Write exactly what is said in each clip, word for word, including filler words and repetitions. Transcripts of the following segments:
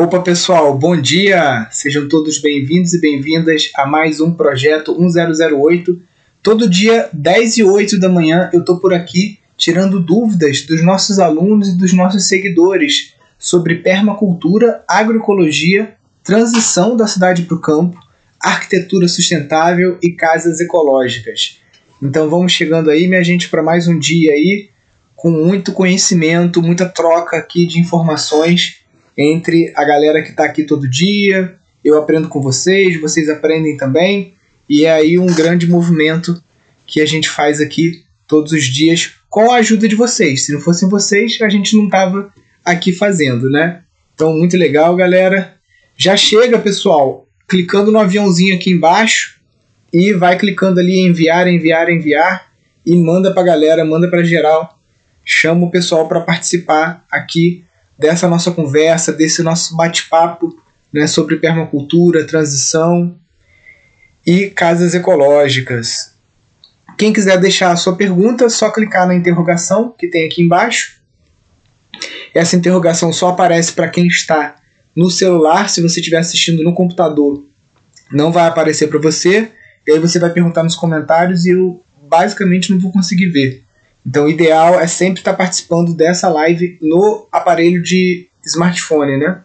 Opa pessoal, bom dia! Sejam todos bem-vindos e bem-vindas a mais um Projeto um zero zero oito. Todo dia, dez e oito da manhã, eu estou por aqui tirando dúvidas dos nossos alunos e dos nossos seguidores sobre permacultura, agroecologia, transição da cidade para o campo, arquitetura sustentável e casas ecológicas. Então vamos chegando aí, minha gente, para mais um dia aí, com muito conhecimento, muita troca aqui de informações entre a galera que está aqui todo dia. Eu aprendo com vocês, vocês aprendem também, e é aí um grande movimento que a gente faz aqui todos os dias com a ajuda de vocês. Se não fossem vocês, a gente não estava aqui fazendo, né? Então, muito legal, galera. Já chega, pessoal, clicando no aviãozinho aqui embaixo e vai clicando ali em enviar, enviar, enviar e manda para a galera, manda para geral. Chama o pessoal para participar aqui dessa nossa conversa, desse nosso bate-papo, né, sobre permacultura, transição e casas ecológicas. Quem quiser deixar a sua pergunta, é só clicar na interrogação que tem aqui embaixo. Essa interrogação só aparece para quem está no celular. Se você estiver assistindo no computador, não vai aparecer para você. E aí você vai perguntar nos comentários e eu basicamente não vou conseguir ver. Então o ideal é sempre estar participando dessa live no aparelho de smartphone, né?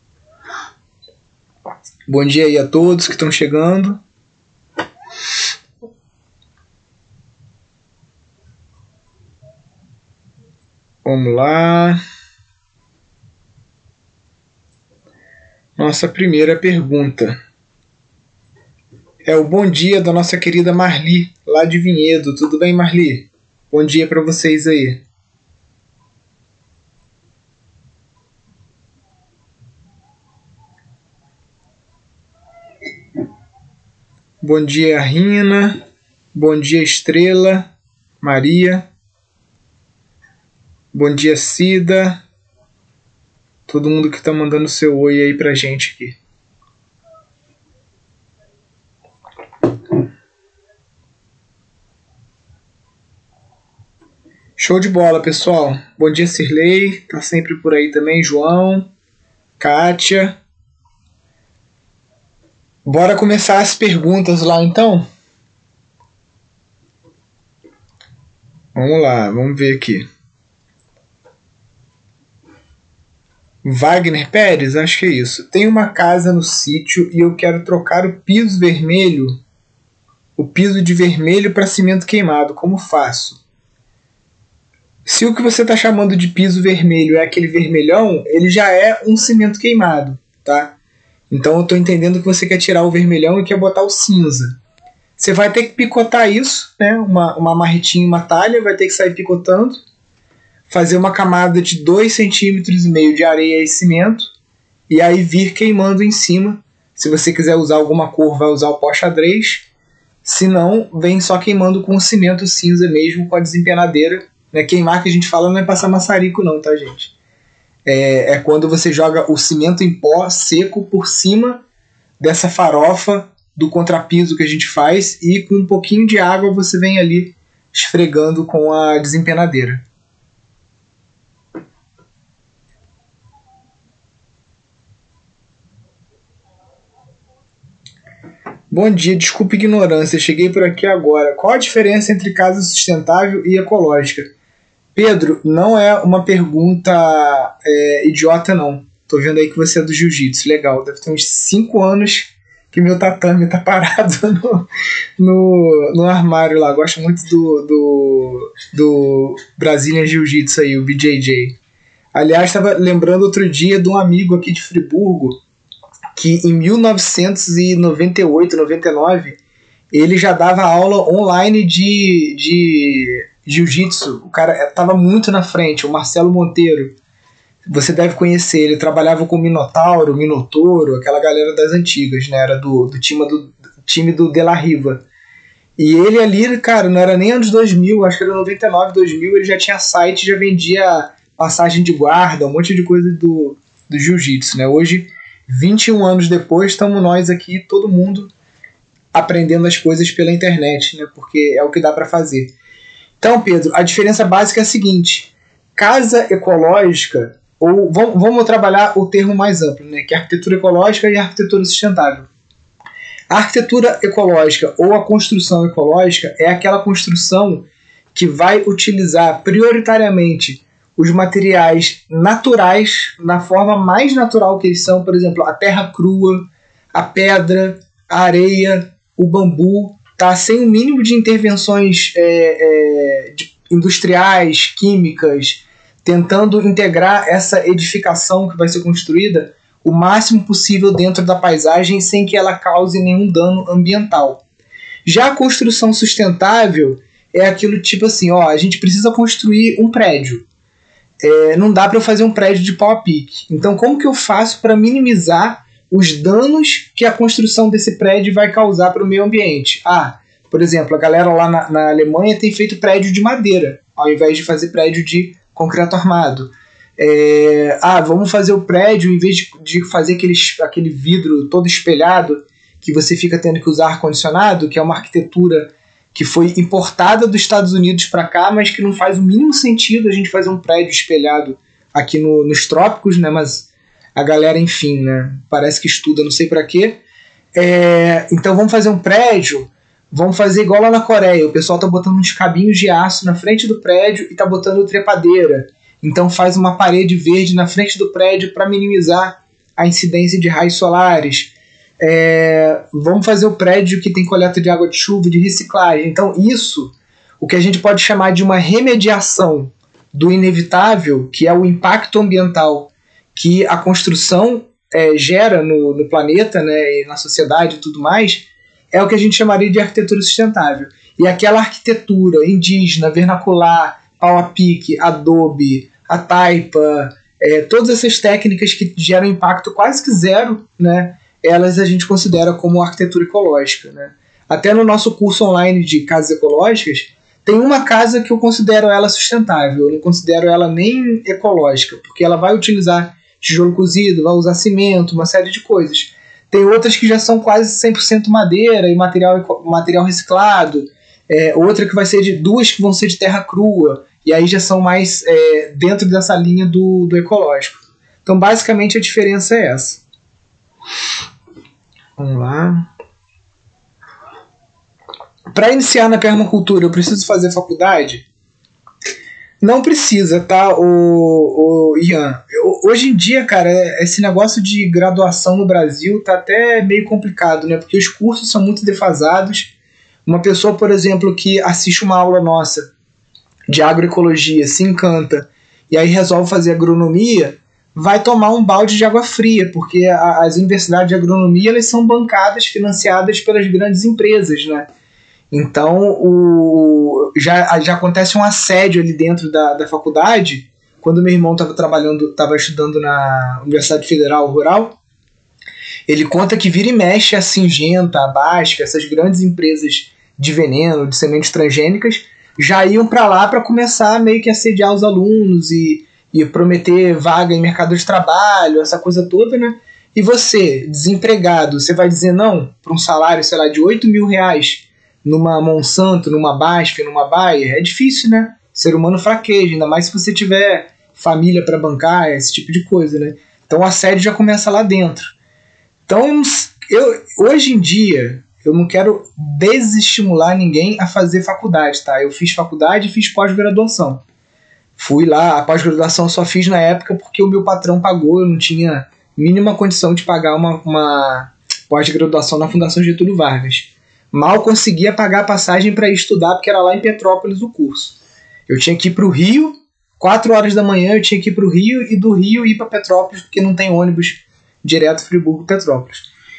Bom dia aí a todos que estão chegando. Vamos lá. Nossa primeira pergunta é o bom dia da nossa querida Marli, lá de Vinhedo. Tudo bem, Marli? Bom dia para vocês aí. Bom dia, Rina. Bom dia, Estrela. Maria. Bom dia, Cida. Todo mundo que está mandando seu oi aí pra gente aqui. Show de bola, pessoal. Bom dia, Cirlei. Tá sempre por aí também, João. Kátia. Bora começar as perguntas lá, então? Vamos lá, vamos ver aqui. Wagner Pérez, acho que é isso. Tem uma casa no sítio e eu quero trocar o piso vermelho, o piso de vermelho para cimento queimado. Como faço? Se o que você está chamando de piso vermelho é aquele vermelhão, ele já é um cimento queimado, tá? Então eu estou entendendo que você quer tirar o vermelhão e quer botar o cinza. Você vai ter que picotar isso, né? Uma, uma marretinha e uma talha, vai ter que sair picotando, fazer uma camada de dois centímetros e meio de areia e cimento, e aí vir queimando em cima. Se você quiser usar alguma cor, vai usar o pó xadrez. Se não, vem só queimando com o cimento cinza mesmo, com a desempenadeira. Né? Queimar que a gente fala não é passar maçarico não, tá, gente? É, é quando você joga o cimento em pó seco por cima dessa farofa do contrapiso que a gente faz e com um pouquinho de água você vem ali esfregando com a desempenadeira. Bom dia, desculpe a ignorância, cheguei por aqui agora. Qual a diferença entre casa sustentável e ecológica? Pedro, não é uma pergunta é, idiota, não. Tô vendo aí que você é do jiu-jitsu, legal. Deve ter uns cinco anos que meu tatame tá parado no, no, no armário lá. Gosto muito do, do, do Brazilian Jiu-Jitsu aí, o B J J. Aliás, estava lembrando outro dia de um amigo aqui de Friburgo, que em mil novecentos e noventa e oito, noventa e nove, ele já dava aula online de, de jiu-jitsu. O cara estava muito na frente, o Marcelo Monteiro. Você deve conhecer, ele trabalhava com o Minotauro, Minotouro, aquela galera das antigas, né? Era do, do, time, do time do De La Riva. E ele ali, cara, não era nem anos dois mil, acho que era noventa e nove, dois mil, ele já tinha site, já vendia passagem de guarda, um monte de coisa do, do jiu-jitsu, né? Hoje, vinte e um anos depois, estamos nós aqui, todo mundo aprendendo as coisas pela internet, né? Porque é o que dá para fazer. Então, Pedro, a diferença básica é a seguinte: casa ecológica ou vamos, vamos trabalhar o termo mais amplo, né, que é a arquitetura ecológica e a arquitetura sustentável. A arquitetura ecológica ou a construção ecológica é aquela construção que vai utilizar prioritariamente os materiais naturais na forma mais natural que eles são, por exemplo, a terra crua, a pedra, a areia, o bambu, tá? Sem o mínimo de intervenções é, é, de industriais, químicas, tentando integrar essa edificação que vai ser construída o máximo possível dentro da paisagem sem que ela cause nenhum dano ambiental. Já a construção sustentável é aquilo tipo assim, ó, a gente precisa construir um prédio. É, não dá para eu fazer um prédio de pau a pique. Então, como que eu faço para minimizar os danos que a construção desse prédio vai causar para o meio ambiente? Ah, por exemplo, a galera lá na, na Alemanha tem feito prédio de madeira, ao invés de fazer prédio de concreto armado. É, ah, vamos fazer o prédio, em vez de, de fazer aqueles, aquele vidro todo espelhado, que você fica tendo que usar ar-condicionado, que é uma arquitetura que foi importada dos Estados Unidos para cá, mas que não faz o mínimo sentido a gente fazer um prédio espelhado aqui no, nos trópicos, né? Mas a galera, enfim, né? Parece que estuda, não sei para quê. É, então vamos fazer um prédio, vamos fazer igual lá na Coreia. O pessoal tá botando uns cabinhos de aço na frente do prédio e tá botando trepadeira. Então faz uma parede verde na frente do prédio para minimizar a incidência de raios solares. É, vamos fazer o prédio que tem coleta de água de chuva, de reciclagem. Então isso, o que a gente pode chamar de uma remediação do inevitável, que é o impacto ambiental que a construção é, gera no, no planeta, né, e na sociedade e tudo mais, é o que a gente chamaria de arquitetura sustentável. E aquela arquitetura indígena, vernacular, pau a pique, adobe, a taipa, é, todas essas técnicas que geram impacto quase que zero, né, elas a gente considera como arquitetura ecológica, né? Até no nosso curso online de casas ecológicas, tem uma casa que eu considero ela sustentável, eu não considero ela nem ecológica, porque ela vai utilizar tijolo cozido, vai usar cimento, uma série de coisas. Tem outras que já são quase cem por cento madeira e material, material reciclado, é, outra que vai ser de duas que vão ser de terra crua, e aí já são mais é, dentro dessa linha do, do ecológico. Então, basicamente, a diferença é essa. Vamos lá. Para iniciar na permacultura, eu preciso fazer faculdade? Não precisa, tá, o, o Ian? Eu, hoje em dia, cara, esse negócio de graduação no Brasil tá até meio complicado, né? Porque os cursos são muito defasados. Uma pessoa, por exemplo, que assiste uma aula nossa de agroecologia, se encanta, e aí resolve fazer agronomia, vai tomar um balde de água fria, porque a, as universidades de agronomia elas são bancadas, financiadas pelas grandes empresas, né? Então o, já, já acontece um assédio ali dentro da, da faculdade. Quando meu irmão estava trabalhando, estava estudando na Universidade Federal Rural, ele conta que vira e mexe a Syngenta, a Basf, essas grandes empresas de veneno, de sementes transgênicas, já iam para lá para começar meio que a assediar os alunos e e prometer vaga em mercado de trabalho, essa coisa toda, né? E você, desempregado, você vai dizer não para um salário, sei lá, de oito mil reais numa Monsanto, numa Basf, numa Bayer? É difícil, né? O ser humano fraqueja, ainda mais se você tiver família para bancar, esse tipo de coisa, né? Então o assédio já começa lá dentro. Então, eu, hoje em dia, eu não quero desestimular ninguém a fazer faculdade, tá? Eu fiz faculdade e fiz pós-graduação. Fui lá, a pós-graduação eu só fiz na época porque o meu patrão pagou, eu não tinha mínima condição de pagar uma, uma pós-graduação na Fundação Getúlio Vargas. Mal conseguia pagar a passagem para ir estudar, porque era lá em Petrópolis o curso. Eu tinha que ir para o Rio, quatro horas da manhã eu tinha que ir para o Rio, e do Rio ir para Petrópolis, porque não tem ônibus direto Friburgo-Petrópolis.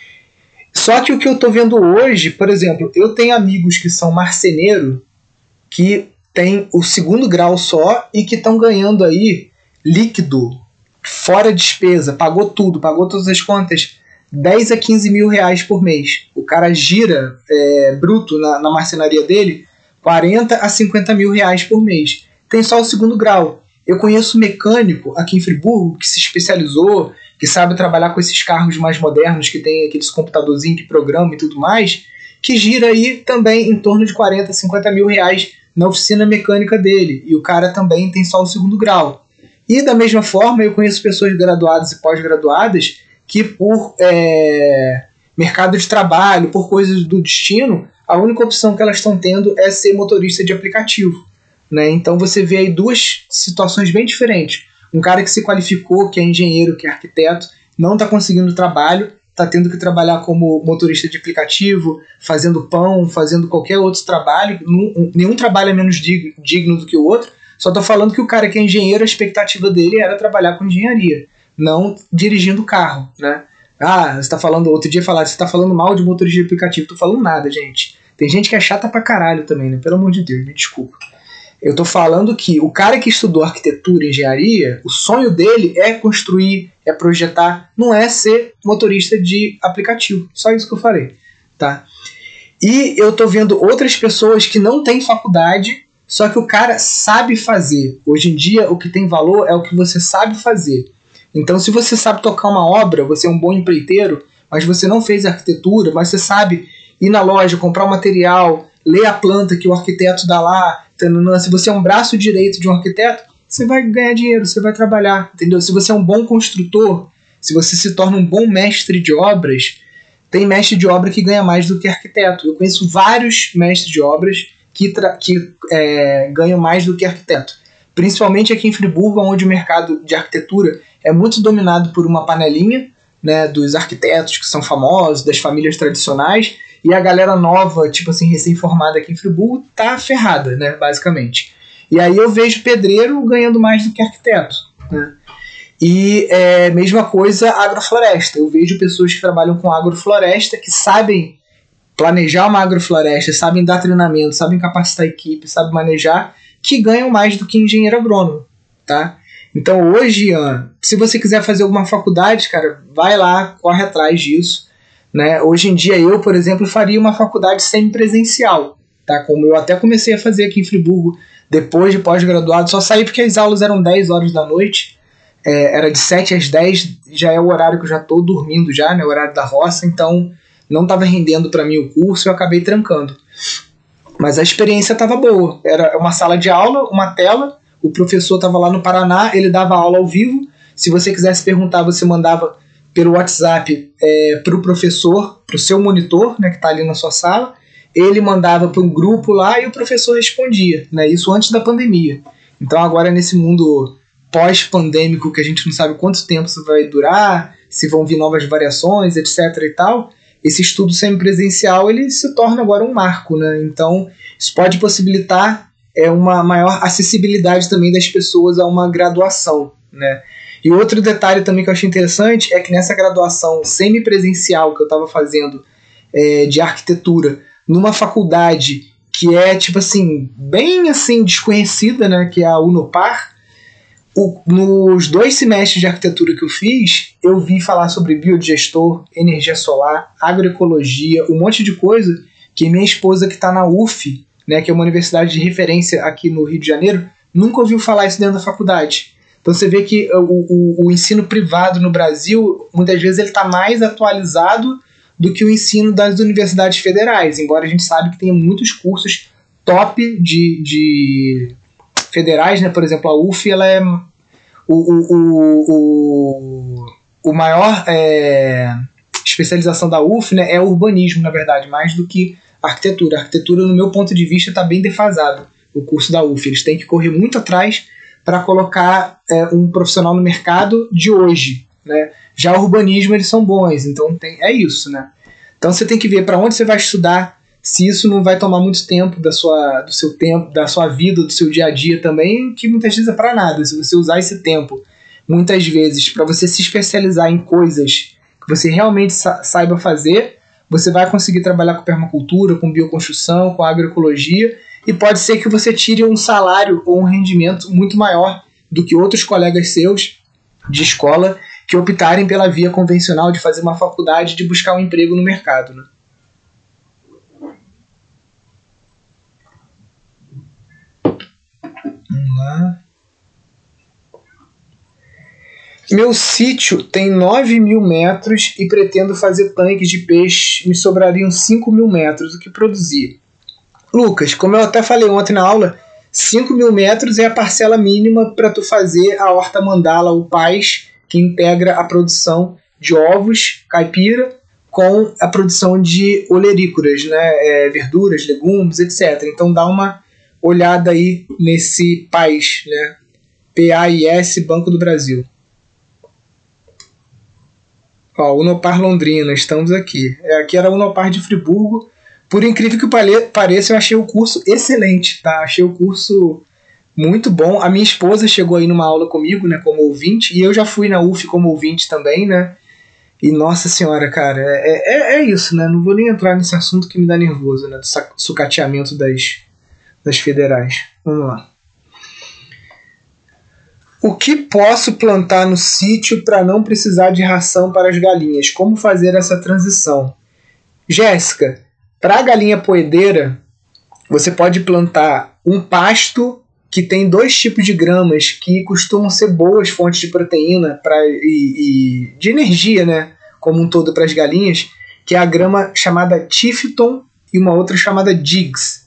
Só que o que eu estou vendo hoje, por exemplo, eu tenho amigos que são marceneiro, que tem o segundo grau só e que estão ganhando aí líquido, fora despesa, pagou tudo, pagou todas as contas, dez a quinze mil reais por mês. O cara gira é, bruto na, na marcenaria dele quarenta a cinquenta mil reais por mês. Tem só o segundo grau. Eu conheço mecânico aqui em Friburgo que se especializou, que sabe trabalhar com esses carros mais modernos, que tem aqueles computadorzinhos que programa e tudo mais, que gira aí também em torno de quarenta a cinquenta mil reais na oficina mecânica dele, e o cara também tem só o segundo grau. E da mesma forma, eu conheço pessoas graduadas e pós-graduadas que por é, mercado de trabalho, por coisas do destino, a única opção que elas estão tendo é ser motorista de aplicativo. Né? Então você vê aí duas situações bem diferentes. Um cara que se qualificou, que é engenheiro, que é arquiteto, não está conseguindo trabalho, está tendo que trabalhar como motorista de aplicativo, fazendo pão, fazendo qualquer outro trabalho. Nenhum trabalho é menos digno do que o outro. Só estou falando que o cara que é engenheiro, a expectativa dele era trabalhar com engenharia, não dirigindo carro. Né? Ah, você está falando, outro dia falar, você está falando mal de motorista de aplicativo. Estou falando nada, gente. Tem gente que é chata pra caralho também, né? Pelo amor de Deus, me desculpa. Eu tô falando que o cara que estudou arquitetura e engenharia, o sonho dele é construir, é projetar, não é ser motorista de aplicativo. Só isso que eu falei, tá? E eu tô vendo outras pessoas que não têm faculdade, só que o cara sabe fazer. Hoje em dia, o que tem valor é o que você sabe fazer. Então, se você sabe tocar uma obra, você é um bom empreiteiro, mas você não fez arquitetura, mas você sabe ir na loja, comprar o material, ler a planta que o arquiteto dá lá. Se você é um braço direito de um arquiteto, você vai ganhar dinheiro, você vai trabalhar, entendeu? Se você é um bom construtor, se você se torna um bom mestre de obras, tem mestre de obra que ganha mais do que arquiteto. Eu conheço vários mestres de obras que, que é, ganham mais do que arquiteto. Principalmente aqui em Friburgo, onde o mercado de arquitetura é muito dominado por uma panelinha, né, dos arquitetos que são famosos, das famílias tradicionais, e a galera nova, tipo assim, recém-formada aqui em Friburgo, tá ferrada, né, basicamente. E aí eu vejo pedreiro ganhando mais do que arquiteto, né? E é, mesma coisa agrofloresta. Eu vejo pessoas que trabalham com agrofloresta, que sabem planejar uma agrofloresta, sabem dar treinamento, sabem capacitar a equipe, sabem manejar, que ganham mais do que engenheiro agrônomo, tá? Então hoje, Ian, se você quiser fazer alguma faculdade, cara, vai lá, corre atrás disso. Né? Hoje em dia eu, por exemplo, faria uma faculdade semipresencial, tá? Como eu até comecei a fazer aqui em Friburgo, depois de pós-graduado, só saí porque as aulas eram dez horas da noite, é, era de sete às dez, já é o horário que eu já estou dormindo já, né? O horário da roça, então não estava rendendo para mim o curso, eu acabei trancando. Mas a experiência estava boa, era uma sala de aula, uma tela, o professor estava lá no Paraná, ele dava aula ao vivo, se você quisesse perguntar, você mandava pelo WhatsApp é, para o professor, para o seu monitor, né, que está ali na sua sala, ele mandava para um grupo lá e o professor respondia, né, isso antes da pandemia. Então agora nesse mundo pós-pandêmico, que a gente não sabe quanto tempo isso vai durar, se vão vir novas variações, etc e tal, esse estudo semipresencial ele se torna agora um marco, né? Então isso pode possibilitar é, uma maior acessibilidade também das pessoas a uma graduação, né? E outro detalhe também que eu achei interessante é que nessa graduação semipresencial que eu estava fazendo é, de arquitetura numa faculdade que é tipo assim bem assim desconhecida, né, que é a Unopar, o, nos dois semestres de arquitetura que eu fiz, eu vi falar sobre biodigestor, energia solar, agroecologia, um monte de coisa que minha esposa que está na U F, né, que é uma universidade de referência aqui no Rio de Janeiro, nunca ouviu falar isso dentro da faculdade. Então você vê que o, o, o ensino privado no Brasil, muitas vezes ele está mais atualizado do que o ensino das universidades federais, embora a gente saiba que tem muitos cursos top de, de federais, né? Por exemplo, a U F, ela é o, o, o, o, o maior é, especialização da U F, né, é urbanismo, na verdade, mais do que arquitetura. A arquitetura, no meu ponto de vista, está bem defasado, o curso da U F. Eles têm que correr muito atrás para colocar é, um profissional no mercado de hoje, né? Já o urbanismo, eles são bons, então tem, é isso, né? Então você tem que ver para onde você vai estudar, se isso não vai tomar muito tempo da sua, do seu tempo, da sua vida, do seu dia a dia também, que muitas vezes é para nada. Se você usar esse tempo, muitas vezes, para você se especializar em coisas que você realmente sa- saiba fazer, você vai conseguir trabalhar com permacultura, com bioconstrução, com agroecologia, e pode ser que você tire um salário ou um rendimento muito maior do que outros colegas seus de escola que optarem pela via convencional de fazer uma faculdade, de buscar um emprego no mercado, né? Vamos lá. Meu sítio tem nove mil metros e pretendo fazer tanques de peixe. Me sobrariam cinco mil metros. O que produzir? Lucas, como eu até falei ontem na aula, cinco mil metros é a parcela mínima para tu fazer a horta mandala, o paz, que integra a produção de ovos caipira com a produção de olerícolas, né? É, verduras, legumes, etcétera. Então dá uma olhada aí nesse paz, né? P A I S, Banco do Brasil. Ó, Unopar Londrina, estamos aqui. É, aqui era a Unopar de Friburgo. Por incrível que pareça, eu achei o curso excelente, tá? Achei o curso muito bom. A minha esposa chegou aí numa aula comigo, né, como ouvinte, e eu já fui na U F como ouvinte também, né? E nossa senhora, cara, é, é, é isso, né? Não vou nem entrar nesse assunto que me dá nervoso, né? Do sucateamento das, das federais. Vamos lá. O que posso plantar no sítio para não precisar de ração para as galinhas? Como fazer essa transição? Jéssica, para a galinha poedeira, você pode plantar um pasto que tem dois tipos de gramas que costumam ser boas fontes de proteína pra, e, e de energia, né, como um todo para as galinhas, que é a grama chamada Tifton e uma outra chamada Jigs,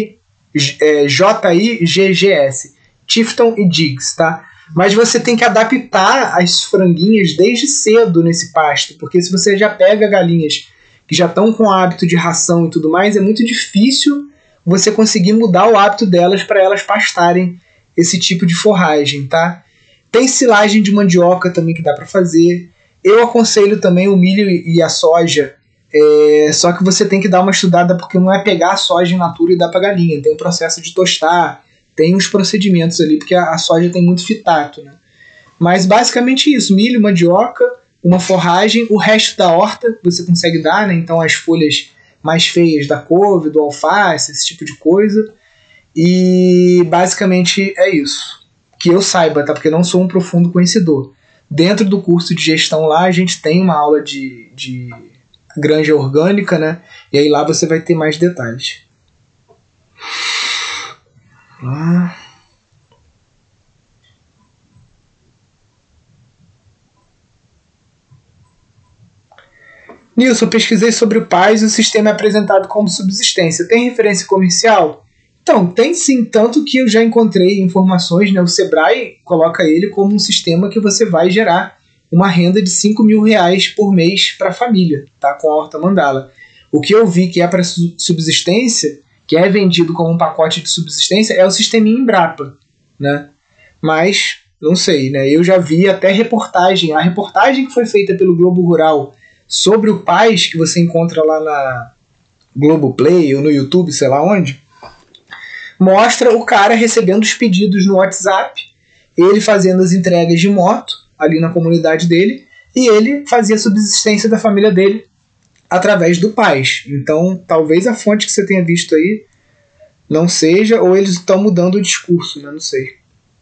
J I G G S, Tifton e Jigs, tá? Mas você tem que adaptar as franguinhas desde cedo nesse pasto, porque se você já pega galinhas que já estão com hábito de ração e tudo mais, é muito difícil você conseguir mudar o hábito delas para elas pastarem esse tipo de forragem, tá? Tem silagem de mandioca também que dá para fazer. Eu aconselho também o milho e a soja, é, só que você tem que dar uma estudada, porque não é pegar a soja in natura e dar para galinha. Tem um processo de tostar, tem uns procedimentos ali, porque a, a soja tem muito fitato, né? Mas basicamente isso, milho, mandioca, uma forragem, o resto da horta você consegue dar, né? Então as folhas mais feias da couve, do alface, esse tipo de coisa. E basicamente é isso. Que eu saiba, tá? Porque eu não sou um profundo conhecedor. Dentro do curso de gestão lá, a gente tem uma aula de, de granja orgânica, né? E aí lá você vai ter mais detalhes. Ah... Nilson, pesquisei sobre o paz e o sistema é apresentado como subsistência. Tem referência comercial? Então, tem sim, tanto que eu já encontrei informações, né? O Sebrae coloca ele como um sistema que você vai gerar uma renda de cinco mil reais por mês para a família, tá? Com a horta mandala. O que eu vi que é para subsistência, que é vendido como um pacote de subsistência, é o sisteminha Embrapa, né? Mas, não sei, né? Eu já vi até reportagem, a reportagem que foi feita pelo Globo Rural sobre o paz, que você encontra lá na Globoplay ou no YouTube, sei lá onde, mostra o cara recebendo os pedidos no WhatsApp, ele fazendo as entregas de moto ali na comunidade dele, e ele fazia a subsistência da família dele através do paz. Então, talvez a fonte que você tenha visto aí não seja, ou eles estão mudando o discurso, né? Não sei.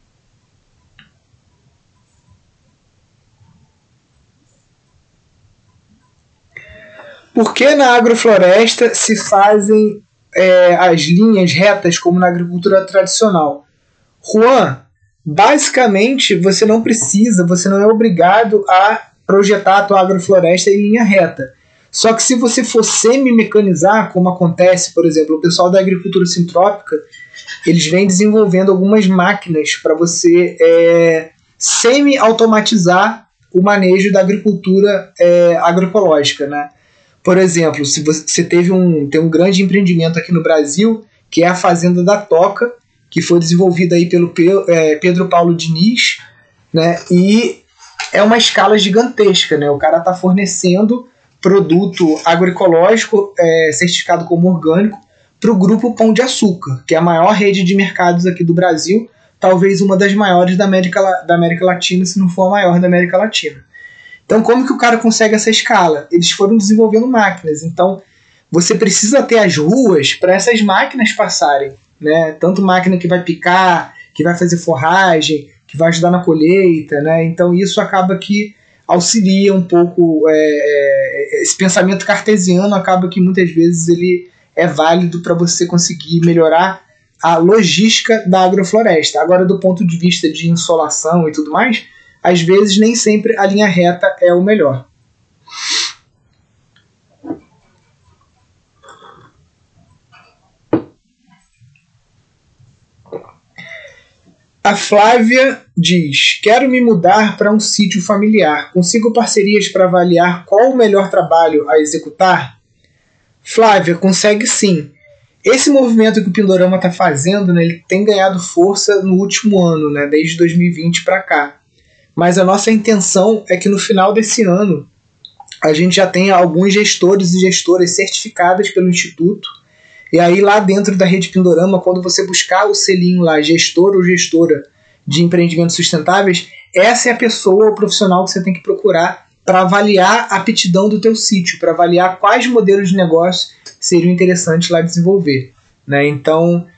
Por que na agrofloresta se fazem é, as linhas retas como na agricultura tradicional? Juan, basicamente você não precisa, você não é obrigado a projetar a tua agrofloresta em linha reta. Só que se você for semi-mecanizar, como acontece, por exemplo, o pessoal da agricultura sintrópica, eles vêm desenvolvendo algumas máquinas para você é, semi-automatizar o manejo da agricultura é, agroecológica, né? Por exemplo, se você teve um, tem um grande empreendimento aqui no Brasil, que é a Fazenda da Toca, que foi desenvolvida aí pelo Pedro Paulo Diniz, né? E é uma escala gigantesca, né? O cara está fornecendo produto agroecológico é, certificado como orgânico para o Grupo Pão de Açúcar, que é a maior rede de mercados aqui do Brasil, talvez uma das maiores da América, da América Latina, se não for a maior da América Latina. Então, como que o cara consegue essa escala? Eles foram desenvolvendo máquinas. Então, você precisa ter as ruas para essas máquinas passarem, né? Tanto máquina que vai picar, que vai fazer forragem, que vai ajudar na colheita, né? Então, isso acaba que auxilia um pouco é, esse pensamento cartesiano, acaba que muitas vezes ele é válido para você conseguir melhorar a logística da agrofloresta. Agora, do ponto de vista de insolação e tudo mais, às vezes nem sempre a linha reta é o melhor. A Flávia diz: quero me mudar para um sítio familiar. Consigo parcerias para avaliar qual o melhor trabalho a executar? Flávia, consegue sim. Esse movimento que o Pindorama está fazendo, né, ele tem ganhado força no último ano, né, desde dois mil e vinte para cá. Mas a nossa intenção é que no final desse ano a gente já tenha alguns gestores e gestoras certificadas pelo Instituto. E aí lá dentro da rede Pindorama, quando você buscar o selinho lá, gestor ou gestora de empreendimentos sustentáveis, essa é a pessoa ou profissional que você tem que procurar para avaliar a aptidão do teu sítio, para avaliar quais modelos de negócio seriam interessantes lá desenvolver. Né? Então,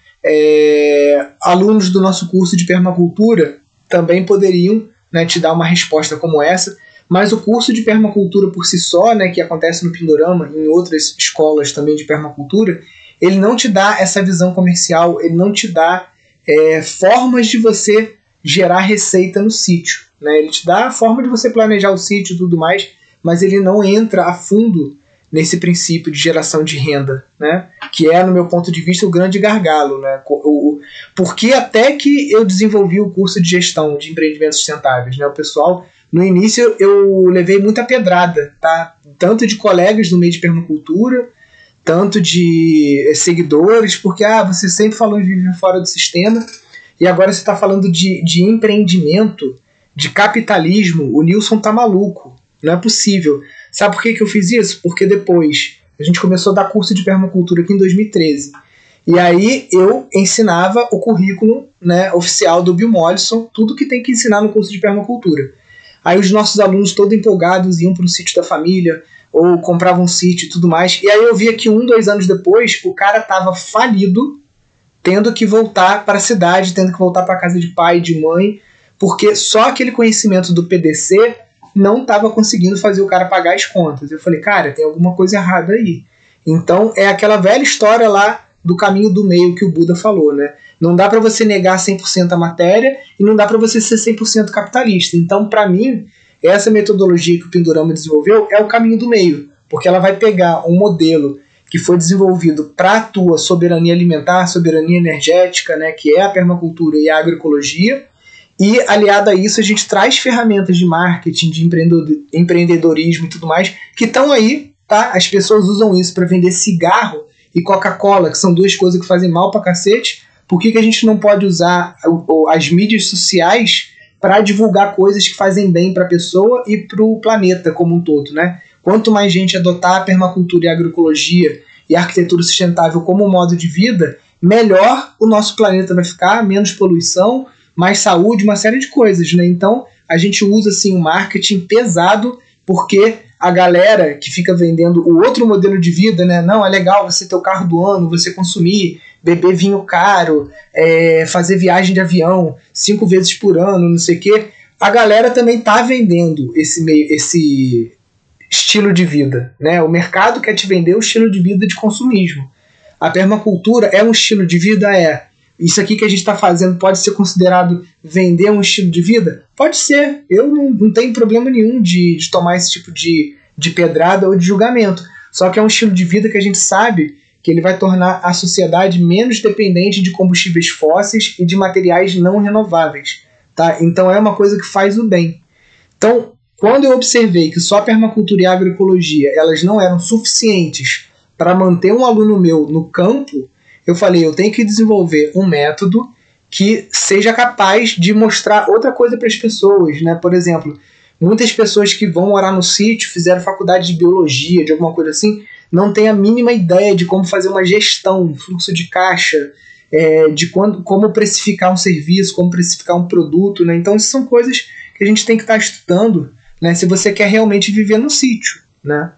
é, alunos do nosso curso de permacultura também poderiam, né, te dar uma resposta como essa, mas o curso de permacultura por si só, né, que acontece no Pindorama e em outras escolas também de permacultura, ele não te dá essa visão comercial, ele não te dá é, formas de você gerar receita no sítio. Né? Ele te dá a forma de você planejar o sítio e tudo mais, mas ele não entra a fundo nesse princípio de geração de renda, né? Que é, no meu ponto de vista, o grande gargalo. Né? O, o, porque até que eu desenvolvi o curso de gestão de empreendimentos sustentáveis, né? O pessoal, no início, eu levei muita pedrada, tá? Tanto de colegas do meio de permacultura, tanto de seguidores, porque ah, você sempre falou em viver fora do sistema, e agora você está falando de, de empreendimento, de capitalismo. O Nilson tá maluco, não é possível. Sabe por que, que eu fiz isso? Porque depois a gente começou a dar curso de permacultura aqui em dois mil e treze. E aí eu ensinava o currículo, né, oficial do Bill Mollison, tudo que tem que ensinar no curso de permacultura. Aí os nossos alunos todos empolgados iam para o sítio da família, ou compravam um sítio e tudo mais. E aí eu via que um, dois anos depois, o cara estava falido, tendo que voltar para a cidade, tendo que voltar para a casa de pai e de mãe, porque só aquele conhecimento do P D C não estava conseguindo fazer o cara pagar as contas. Eu falei, cara, tem alguma coisa errada aí. Então é aquela velha história lá do caminho do meio que o Buda falou, né? Não dá para você negar cem por cento a matéria e não dá para você ser cem por cento capitalista. Então, para mim, essa metodologia que o Pindorama desenvolveu é o caminho do meio, porque ela vai pegar um modelo que foi desenvolvido para a tua soberania alimentar, soberania energética, né, que é a permacultura e a agroecologia, e aliado a isso a gente traz ferramentas de marketing, de empreendedorismo e tudo mais, que estão aí, tá? As pessoas usam isso para vender cigarro e Coca-Cola, que são duas coisas que fazem mal pra cacete. Por que, que a gente não pode usar as mídias sociais para divulgar coisas que fazem bem para a pessoa e para o planeta como um todo, né? Quanto mais gente adotar a permacultura e a agroecologia e a arquitetura sustentável como modo de vida, melhor o nosso planeta vai ficar, menos poluição, mais saúde, uma série de coisas, né? Então, a gente usa assim o marketing pesado, porque a galera que fica vendendo o outro modelo de vida, né? Não, é legal você ter o carro do ano, você consumir, beber vinho caro, é, fazer viagem de avião cinco vezes por ano, não sei o quê. A galera também tá vendendo esse, meio, esse estilo de vida, né? O mercado quer te vender o estilo de vida de consumismo. A permacultura é um estilo de vida? É. Isso aqui que a gente está fazendo pode ser considerado vender um estilo de vida? Pode ser. Eu não, não tenho problema nenhum de, de tomar esse tipo de, de pedrada ou de julgamento. Só que é um estilo de vida que a gente sabe que ele vai tornar a sociedade menos dependente de combustíveis fósseis e de materiais não renováveis. Tá? Então é uma coisa que faz o bem. Então, quando eu observei que só a permacultura e a agroecologia elas não eram suficientes para manter um aluno meu no campo, eu falei, eu tenho que desenvolver um método que seja capaz de mostrar outra coisa para as pessoas, né? Por exemplo, muitas pessoas que vão morar no sítio, fizeram faculdade de biologia, de alguma coisa assim, não têm a mínima ideia de como fazer uma gestão, fluxo de caixa, é, de quando, como precificar um serviço, como precificar um produto, né? Então, isso são coisas que a gente tem que estar estudando, né? Se você quer realmente viver no sítio, né?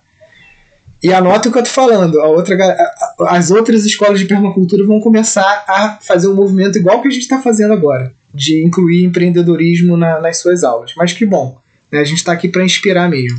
E anota o que eu tô falando, a outra, a, as outras escolas de permacultura vão começar a fazer um movimento igual que a gente está fazendo agora, de incluir empreendedorismo na, nas suas aulas. Mas que bom, né? A gente está aqui para inspirar mesmo.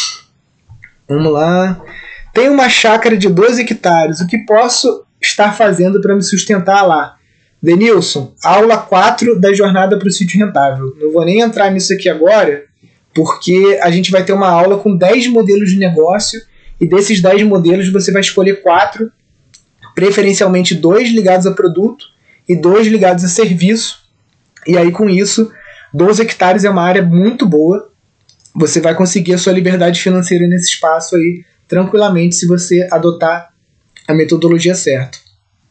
Vamos lá. Tenho uma chácara de doze hectares, o que posso estar fazendo para me sustentar lá? Denilson, aula quatro da jornada para o sítio rentável. Não vou nem entrar nisso aqui agora, porque a gente vai ter uma aula com dez modelos de negócio. E desses dez modelos você vai escolher quatro, preferencialmente dois ligados a produto e dois ligados a serviço. E aí, com isso, doze hectares é uma área muito boa. Você vai conseguir a sua liberdade financeira nesse espaço aí, tranquilamente, se você adotar a metodologia certa.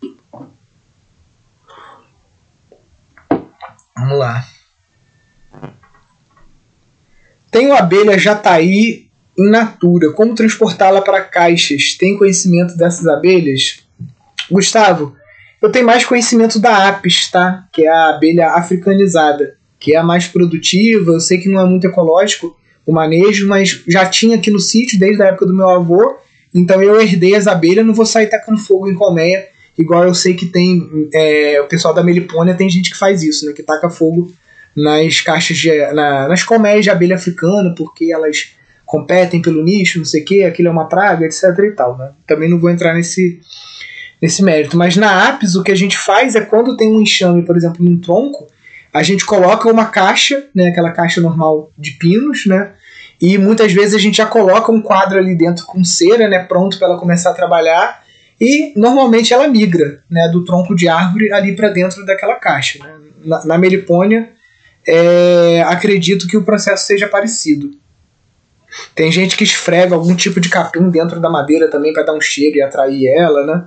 Vamos lá. Tenho abelha jataí in natura. Como transportá-la para caixas? Tem conhecimento dessas abelhas? Gustavo, eu tenho mais conhecimento da Apis, tá? Que é a abelha africanizada, que é a mais produtiva. Eu sei que não é muito ecológico o manejo, mas já tinha aqui no sítio desde a época do meu avô, então eu herdei as abelhas, não vou sair tacando fogo em colmeia, igual eu sei que tem é, o pessoal da Melipônia, tem gente que faz isso, né? Que taca fogo nas caixas de, na, nas colmeias de abelha africana, porque elas competem pelo nicho, não sei o que, aquilo é uma praga, etc e tal, né? Também não vou entrar nesse nesse mérito, mas na Apis o que a gente faz é quando tem um enxame, por exemplo, num tronco, a gente coloca uma caixa, né, aquela caixa normal de pinos, né, e muitas vezes a gente já coloca um quadro ali dentro com cera, né, pronto para ela começar a trabalhar, e normalmente ela migra, né, do tronco de árvore ali para dentro daquela caixa, né. Na, na Melipônia, é, acredito que o processo seja parecido. Tem gente que esfrega algum tipo de capim dentro da madeira também para dar um cheiro e atrair ela, né.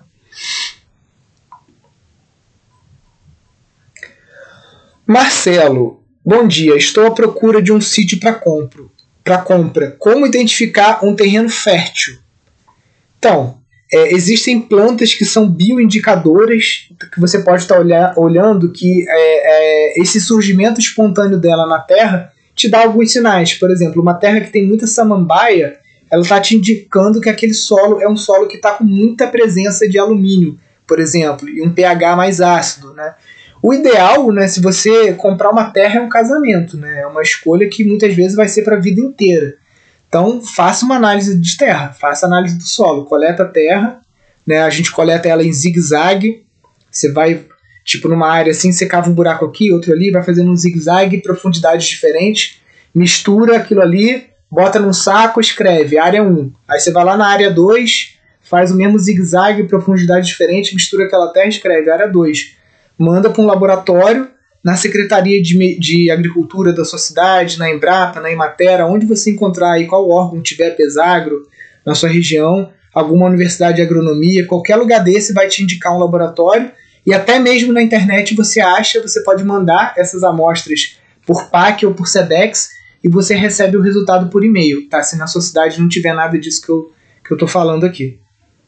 Marcelo, bom dia. Estou à procura de um sítio para compra. Para compra. Como identificar um terreno fértil? Então, é, existem plantas que são bioindicadoras que você pode estar olhar, olhando que é, é, esse surgimento espontâneo dela na terra te dá alguns sinais. Por exemplo, uma terra que tem muita samambaia, ela está te indicando que aquele solo é um solo que está com muita presença de alumínio, por exemplo, e um pH mais ácido, né? O ideal, né, se você comprar uma terra, é um casamento, né? É uma escolha que muitas vezes vai ser para a vida inteira. Então, faça uma análise de terra, faça análise do solo, coleta a terra, né? A gente coleta ela em zigue-zague. Você vai, tipo, numa área assim, você cava um buraco aqui, outro ali, vai fazendo um zigue-zague, profundidades diferentes, mistura aquilo ali, bota num saco, escreve área um. Aí você vai lá na área dois, faz o mesmo zigue-zague, profundidade diferente, mistura aquela terra e escreve área dois. Manda para um laboratório, na Secretaria de, de Agricultura da sua cidade, na Embrapa, na Emater, onde você encontrar aí, qual órgão tiver Pesagro na sua região, alguma universidade de agronomia, qualquer lugar desse vai te indicar um laboratório, e até mesmo na internet você acha, você pode mandar essas amostras por P A C ou por SEDEX, e você recebe o resultado por e-mail, tá? Se na sua cidade não tiver nada disso que eu, que eu tô falando aqui.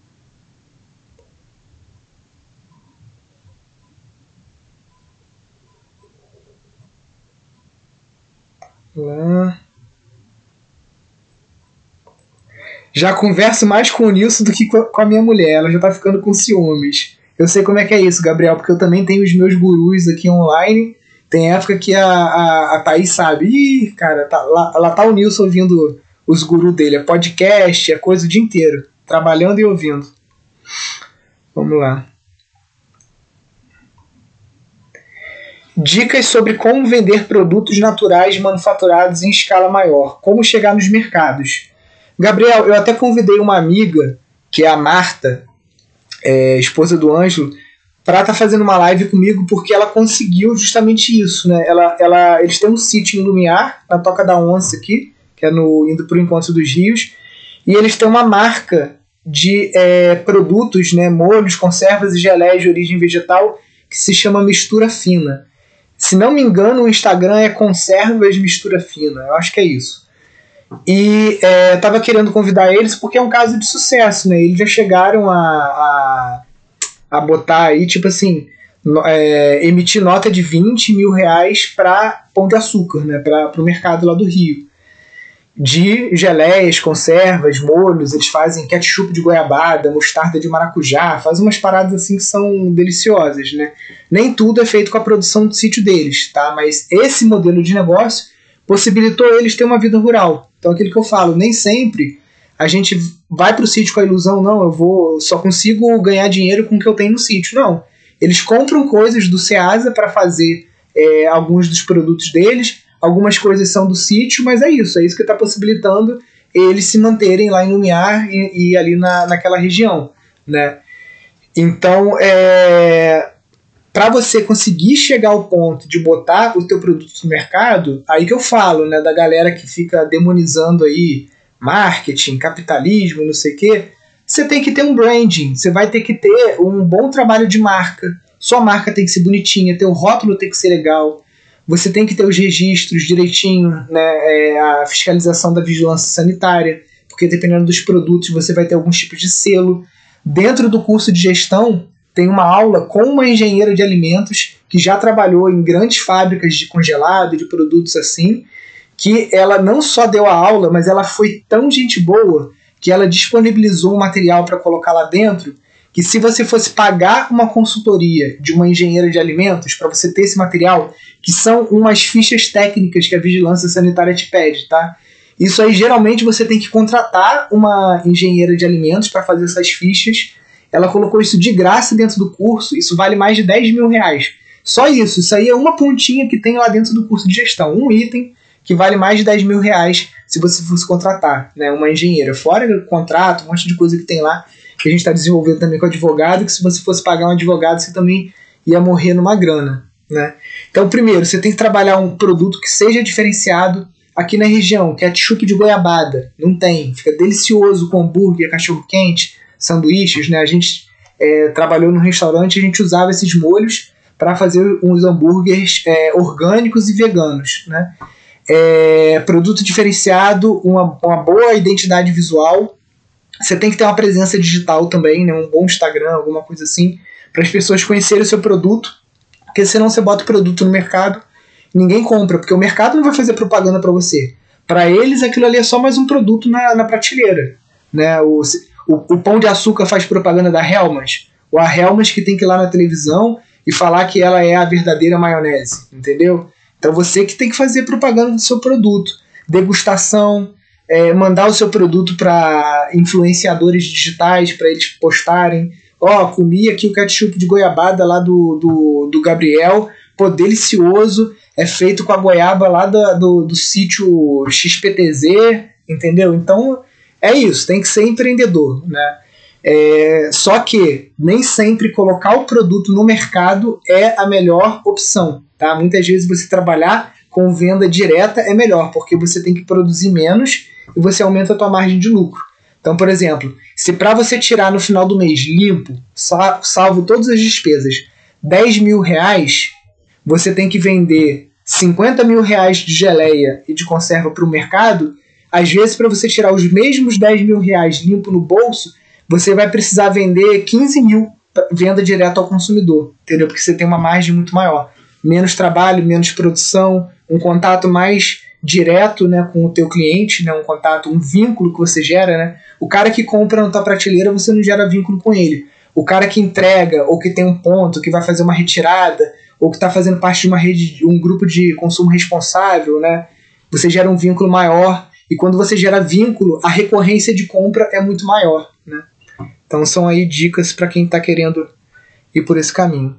Lá. Já converso mais com o Nilson do que com a minha mulher. Ela já tá ficando com ciúmes. Eu sei como é que é isso, Gabriel, porque eu também tenho os meus gurus aqui online. Tem época que a, a, a Thaís sabe. Ih, cara, tá, lá, lá tá o Nilson ouvindo os gurus dele. É podcast, é coisa o dia inteiro. Trabalhando e ouvindo. Vamos lá. Dicas sobre como vender produtos naturais manufaturados em escala maior. Como chegar nos mercados. Gabriel, eu até convidei uma amiga, que é a Marta, é, esposa do Ângelo, para estar tá fazendo uma live comigo, porque ela conseguiu justamente isso, né? Ela, ela, eles têm um sítio em Lumiar, na Toca da Onça aqui, que é no, indo para o Encontro dos Rios, e eles têm uma marca de é, produtos, né, molhos, conservas e geleias de origem vegetal, que se chama Mistura Fina. Se não me engano, o Instagram é Conservas Mistura Fina, eu acho que é isso. E é, eu estava querendo convidar eles porque é um caso de sucesso, né? Eles já chegaram a, a, a botar aí, tipo assim, no, é, emitir nota de vinte mil reais para Pão de Açúcar, né? Para o mercado lá do Rio. De geleias, conservas, molhos, eles fazem ketchup de goiabada, mostarda de maracujá, fazem umas paradas assim que são deliciosas, né? Nem tudo é feito com a produção do sítio deles, tá? Mas esse modelo de negócio possibilitou eles ter uma vida rural. Então, aquilo que eu falo, nem sempre a gente vai para o sítio com a ilusão, não, eu vou só consigo ganhar dinheiro com o que eu tenho no sítio. Não. Eles compram coisas do Ceasa para fazer é, alguns dos produtos deles, algumas coisas são do sítio, mas é isso, é isso que está possibilitando eles se manterem lá em Lumiar e, e ali na, naquela região, né? Então, é, para você conseguir chegar ao ponto de botar o teu produto no mercado, aí que eu falo, né, da galera que fica demonizando aí marketing, capitalismo, não sei o quê, você tem que ter um branding, você vai ter que ter um bom trabalho de marca, sua marca tem que ser bonitinha, teu rótulo tem que ser legal, você tem que ter os registros direitinho, né, é, a fiscalização da vigilância sanitária, porque dependendo dos produtos você vai ter alguns tipos de selo. Dentro do curso de gestão tem uma aula com uma engenheira de alimentos que já trabalhou em grandes fábricas de congelado, de produtos assim, que ela não só deu a aula, mas ela foi tão gente boa que ela disponibilizou um material para colocar lá dentro, que se você fosse pagar uma consultoria de uma engenheira de alimentos para você ter esse material, que são umas fichas técnicas que a vigilância sanitária te pede, tá? Isso aí geralmente você tem que contratar uma engenheira de alimentos para fazer essas fichas. Ela colocou isso de graça dentro do curso, isso vale mais de dez mil reais. Só isso, isso aí é uma pontinha que tem lá dentro do curso de gestão, um item que vale mais de dez mil reais se você fosse contratar, né, uma engenheira. Fora o contrato, um monte de coisa que tem lá, que a gente está desenvolvendo também com advogado, que se você fosse pagar um advogado, você também ia morrer numa grana, né? Então, primeiro, você tem que trabalhar um produto que seja diferenciado. Aqui na região, ketchup de goiabada, não tem, fica delicioso com hambúrguer, cachorro-quente, sanduíches, né? A gente é, trabalhou num restaurante, a gente usava esses molhos para fazer uns hambúrgueres é, orgânicos e veganos, né? É, produto diferenciado, uma, uma boa identidade visual. Você tem que ter uma presença digital também, né? Um bom Instagram, alguma coisa assim, para as pessoas conhecerem o seu produto, porque senão você bota o produto no mercado, ninguém compra, porque o mercado não vai fazer propaganda para você. Para eles, aquilo ali é só mais um produto na, na prateleira, né? O, o, o Pão de Açúcar faz propaganda da Hellmann's, ou a Hellmann's que tem que ir lá na televisão e falar que ela é a verdadeira maionese, entendeu? Então você que tem que fazer propaganda do seu produto, degustação, é, mandar o seu produto para influenciadores digitais, para eles postarem. Ó, oh, comi aqui o ketchup de goiabada lá do, do, do Gabriel, pô, delicioso, é feito com a goiaba lá do, do, do sítio X P T Z, entendeu? Então é isso, tem que ser empreendedor, né? É, só que nem sempre colocar o produto no mercado é a melhor opção, tá? Muitas vezes você trabalhar com venda direta é melhor, porque você tem que produzir menos e você aumenta a tua margem de lucro. Então, por exemplo, se para você tirar no final do mês limpo, salvo todas as despesas, dez mil reais, você tem que vender cinquenta mil reais de geleia e de conserva para o mercado, às vezes para você tirar os mesmos dez mil reais limpo no bolso, você vai precisar vender quinze mil venda direto ao consumidor, entendeu? Porque você tem uma margem muito maior. Menos trabalho, menos produção, um contato mais direto, né, com o teu cliente, né, um contato, um vínculo que você gera, né? O cara que compra na tua prateleira, você não gera vínculo com ele. O cara que entrega, ou que tem um ponto, que vai fazer uma retirada, ou que está fazendo parte de uma rede, um grupo de consumo responsável, né? Você gera um vínculo maior, e quando você gera vínculo, a recorrência de compra é muito maior, né? Então são aí dicas para quem está querendo ir por esse caminho.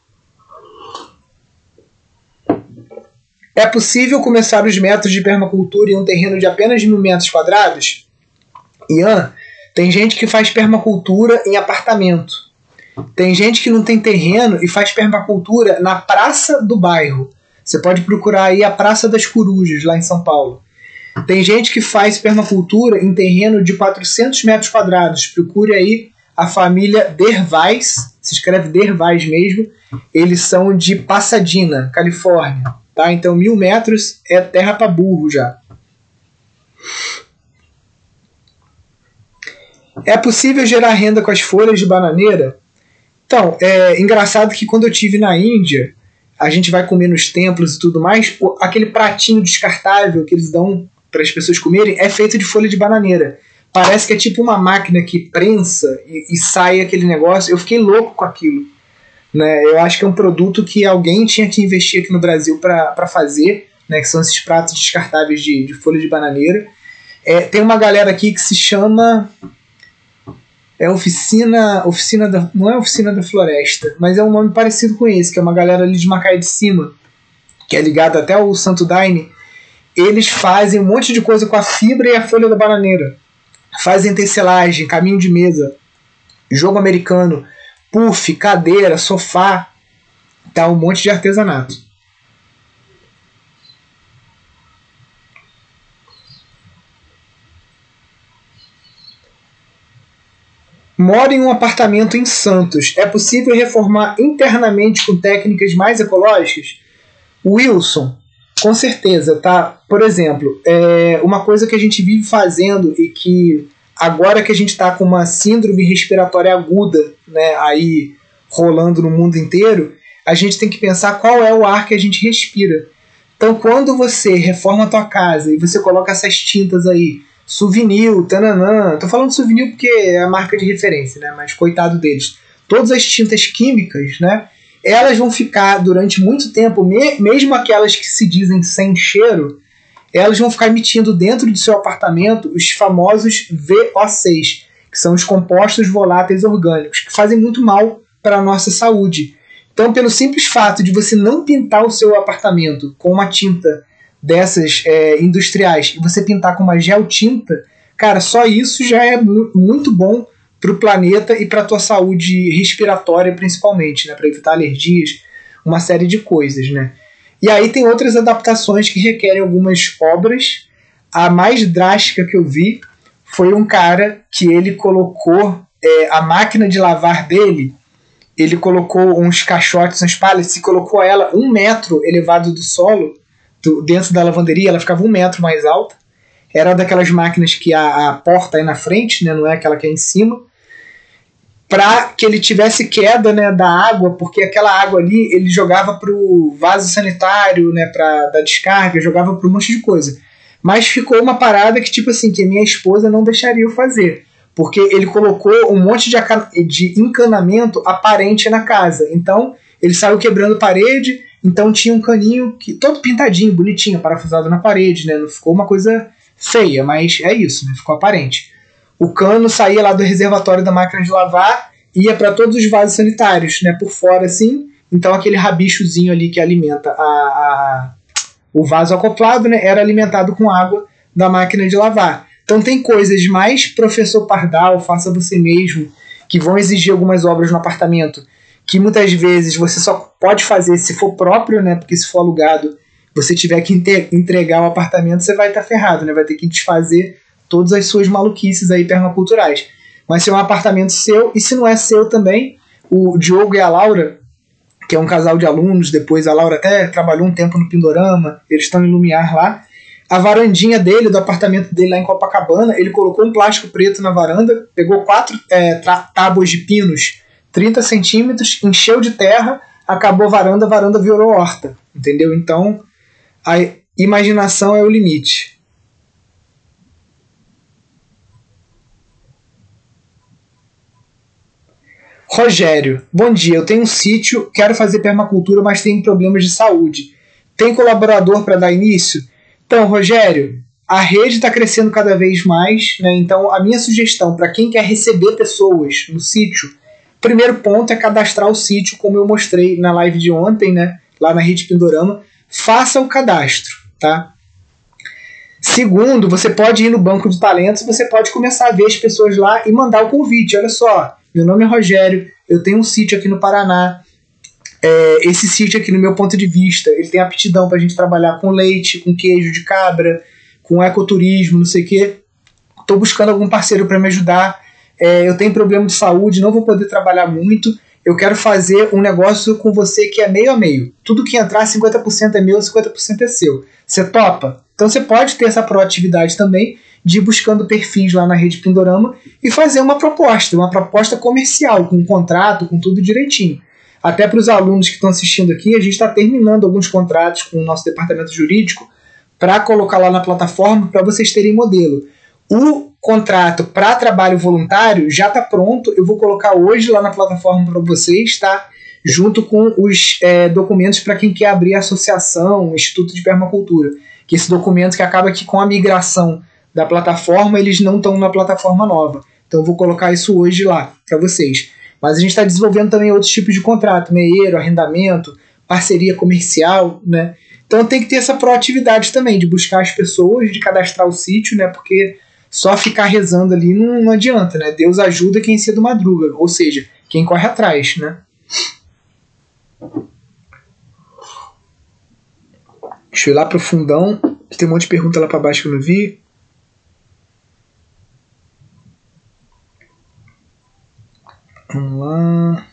É possível começar os métodos de permacultura em um terreno de apenas mil metros quadrados? Ian, tem gente que faz permacultura em apartamento. Tem gente que não tem terreno e faz permacultura na praça do bairro. Você pode procurar aí a Praça das Corujas, lá em São Paulo. Tem gente que faz permacultura em terreno de quatrocentos metros quadrados. Procure aí a família Dervais, se escreve Dervais mesmo. Eles são de Pasadena, Califórnia. Tá? Então mil metros é terra para burro já. É possível gerar renda com as folhas de bananeira? Então, é engraçado que quando eu estive na Índia, a gente vai comer nos templos e tudo mais, aquele pratinho descartável que eles dão para as pessoas comerem é feito de folha de bananeira. Parece que é tipo uma máquina que prensa e, e sai aquele negócio. Eu fiquei louco com aquilo. Né? Eu acho que é um produto que alguém tinha que investir aqui no Brasil para fazer, né? Que são esses pratos descartáveis de, de folha de bananeira. É, tem uma galera aqui que se chama... É oficina, oficina da, não é Oficina da Floresta, mas é um nome parecido com esse, que é uma galera ali de Macaé de Cima, que é ligada até ao Santo Daime. Eles fazem um monte de coisa com a fibra e a folha da bananeira. Fazem tecelagem, caminho de mesa, jogo americano, puff, cadeira, sofá. Tá um monte de artesanato. Moro em um apartamento em Santos. É possível reformar internamente com técnicas mais ecológicas? Wilson, com certeza, tá? Por exemplo, é uma coisa que a gente vive fazendo e que agora que a gente está com uma síndrome respiratória aguda, né, aí rolando no mundo inteiro, a gente tem que pensar qual é o ar que a gente respira. Então, quando você reforma a tua casa e você coloca essas tintas aí, Souvenir, tananã, tô falando Souvenir porque é a marca de referência, né? Mas coitado deles. Todas as tintas químicas, né? Elas vão ficar durante muito tempo, me- mesmo aquelas que se dizem sem cheiro, elas vão ficar emitindo dentro do seu apartamento os famosos V O seis, que são os compostos voláteis orgânicos, que fazem muito mal para a nossa saúde. Então, pelo simples fato de você não pintar o seu apartamento com uma tinta dessas é, industriais e você pintar com uma gel tinta, cara, só isso já é mu- muito bom para o planeta e para a tua saúde respiratória, principalmente, né, para evitar alergias, uma série de coisas, né? E aí tem outras adaptações que requerem algumas obras. A mais drástica que eu vi foi um cara que ele colocou é, a máquina de lavar dele, ele colocou uns caixotes, uns pallets, e colocou ela um metro elevado do solo, do, dentro da lavanderia. Ela ficava um metro mais alta. Era daquelas máquinas que a, a porta é na frente, né, não é aquela que é em cima, para que ele tivesse queda, né, da água, porque aquela água ali ele jogava para o vaso sanitário, né, para da descarga, jogava para um monte de coisa. Mas ficou uma parada que, tipo assim, que minha esposa não deixaria eu fazer, porque ele colocou um monte de, aca- de encanamento aparente na casa. Então ele saiu quebrando parede, então tinha um caninho que, todo pintadinho, bonitinho, parafusado na parede, né, não ficou uma coisa feia, mas é isso, né, ficou aparente. O cano saía lá do reservatório da máquina de lavar, ia para todos os vasos sanitários, né, por fora assim. Então aquele rabichozinho ali que alimenta a, a, o vaso acoplado, né, era alimentado com água da máquina de lavar. Então tem coisas mais professor Pardal, faça você mesmo, que vão exigir algumas obras no apartamento, que muitas vezes você só pode fazer se for próprio, né, porque se for alugado, você tiver que entregar o apartamento, você vai estar ferrado, né, vai ter que desfazer todas as suas maluquices aí permaculturais. Mas se é um apartamento seu, e se não é seu também, o Diogo e a Laura, que é um casal de alunos, depois a Laura até trabalhou um tempo no Pindorama, eles estão em Lumiar lá, a varandinha dele, do apartamento dele lá em Copacabana, ele colocou um plástico preto na varanda, pegou quatro é, tábuas de pinos, trinta centímetros, encheu de terra, acabou a varanda, a varanda virou horta, entendeu? Então, a imaginação é o limite. Rogério, bom dia. Eu tenho um sítio, quero fazer permacultura, mas tenho problemas de saúde. Tem colaborador para dar início? Então, Rogério, a rede está crescendo cada vez mais, né? Então, a minha sugestão para quem quer receber pessoas no sítio, primeiro ponto é cadastrar o sítio, como eu mostrei na live de ontem, né? Lá na Rede Pindorama. Faça o cadastro, tá? Segundo, você pode ir no banco de talentos, você pode começar a ver as pessoas lá e mandar o convite. Olha só, meu nome é Rogério, eu tenho um sítio aqui no Paraná. É, esse sítio aqui, no meu ponto de vista, ele tem aptidão para a gente trabalhar com leite, com queijo de cabra, com ecoturismo, não sei o quê. Estou buscando algum parceiro para me ajudar. É, eu tenho problema de saúde, não vou poder trabalhar muito. Eu quero fazer um negócio com você que é meio a meio. Tudo que entrar, cinquenta por cento é meu, cinquenta por cento é seu. Você topa? Então você pode ter essa proatividade também de ir buscando perfis lá na Rede Pindorama e fazer uma proposta, uma proposta comercial, com um contrato, com tudo direitinho. Até para os alunos que estão assistindo aqui, a gente está terminando alguns contratos com o nosso departamento jurídico para colocar lá na plataforma para vocês terem modelo. O contrato para trabalho voluntário já está pronto, eu vou colocar hoje lá na plataforma para vocês, tá? Junto com os é, documentos para quem quer abrir a associação, Instituto de Permacultura. Que esse documento que acaba que com a migração da plataforma, eles não estão na plataforma nova. Então eu vou colocar isso hoje lá para vocês. Mas a gente está desenvolvendo também outros tipos de contrato, meieiro, arrendamento, parceria comercial, né? Então tem que ter essa proatividade também, de buscar as pessoas, de cadastrar o sítio, né? Porque só ficar rezando ali não, não adianta, né? Deus ajuda quem cedo madruga, ou seja, quem corre atrás, né? Deixa eu ir lá pro fundão. Tem um monte de pergunta lá pra baixo que eu não vi. Vamos lá.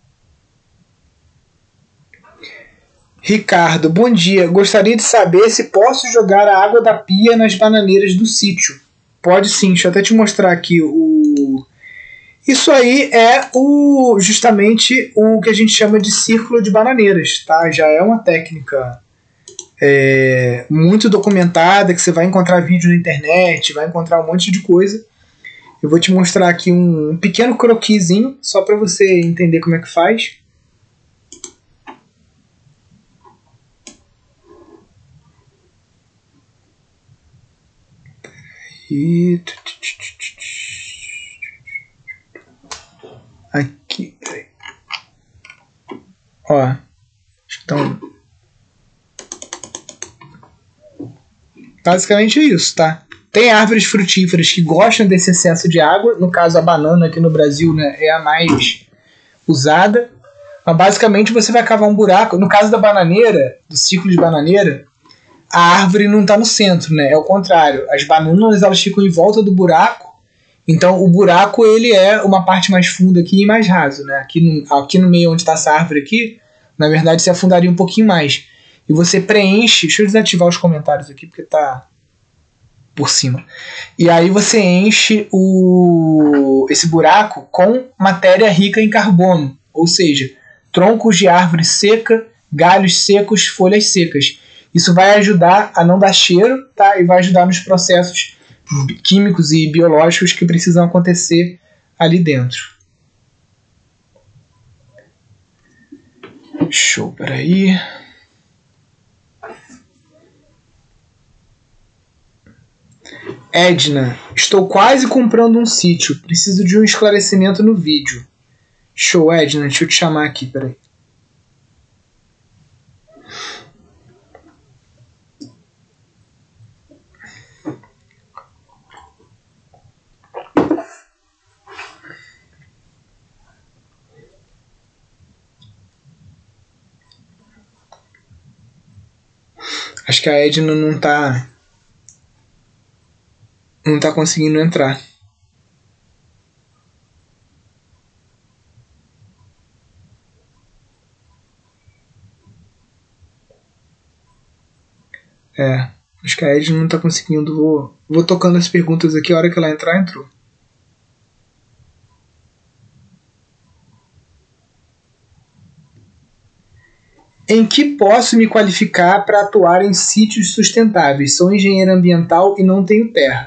Ricardo, bom dia. Gostaria de saber se posso jogar a água da pia nas bananeiras do sítio. Pode sim, deixa eu até te mostrar aqui o... Isso aí é o justamente o que a gente chama de círculo de bananeiras, tá? Já é uma técnica é, muito documentada, que você vai encontrar vídeo na internet, vai encontrar um monte de coisa. Eu vou te mostrar aqui um, um pequeno croquisinho, só para você entender como é que faz. E... Aqui, peraí. Ó, então, basicamente é isso, tá? Tem árvores frutíferas que gostam desse excesso de água. No caso, a banana aqui no Brasil, né, é a mais usada. Mas basicamente você vai cavar um buraco. No caso da bananeira, do ciclo de bananeira, a árvore não está no centro, né? É o contrário. As bananas elas ficam em volta do buraco. Então o buraco ele é uma parte mais funda aqui e mais raso, né? Aqui no, aqui no meio onde está essa árvore aqui, na verdade você afundaria um pouquinho mais. E você preenche... Deixa eu desativar os comentários aqui porque tá por cima. E aí você enche o, esse buraco com matéria rica em carbono. Ou seja, troncos de árvore seca, galhos secos, folhas secas. Isso vai ajudar a não dar cheiro, tá? E vai ajudar nos processos químicos e biológicos que precisam acontecer ali dentro. Show, peraí. Edna, estou quase comprando um sítio. Preciso de um esclarecimento no vídeo. Show, Edna, deixa eu te chamar aqui, peraí. Acho que a Edna não tá não tá conseguindo entrar. É, acho que a Edna não tá conseguindo. Vou, vou tocando as perguntas aqui, a hora que ela entrar, entrou. Em que posso me qualificar para atuar em sítios sustentáveis? Sou engenheiro ambiental e não tenho terra.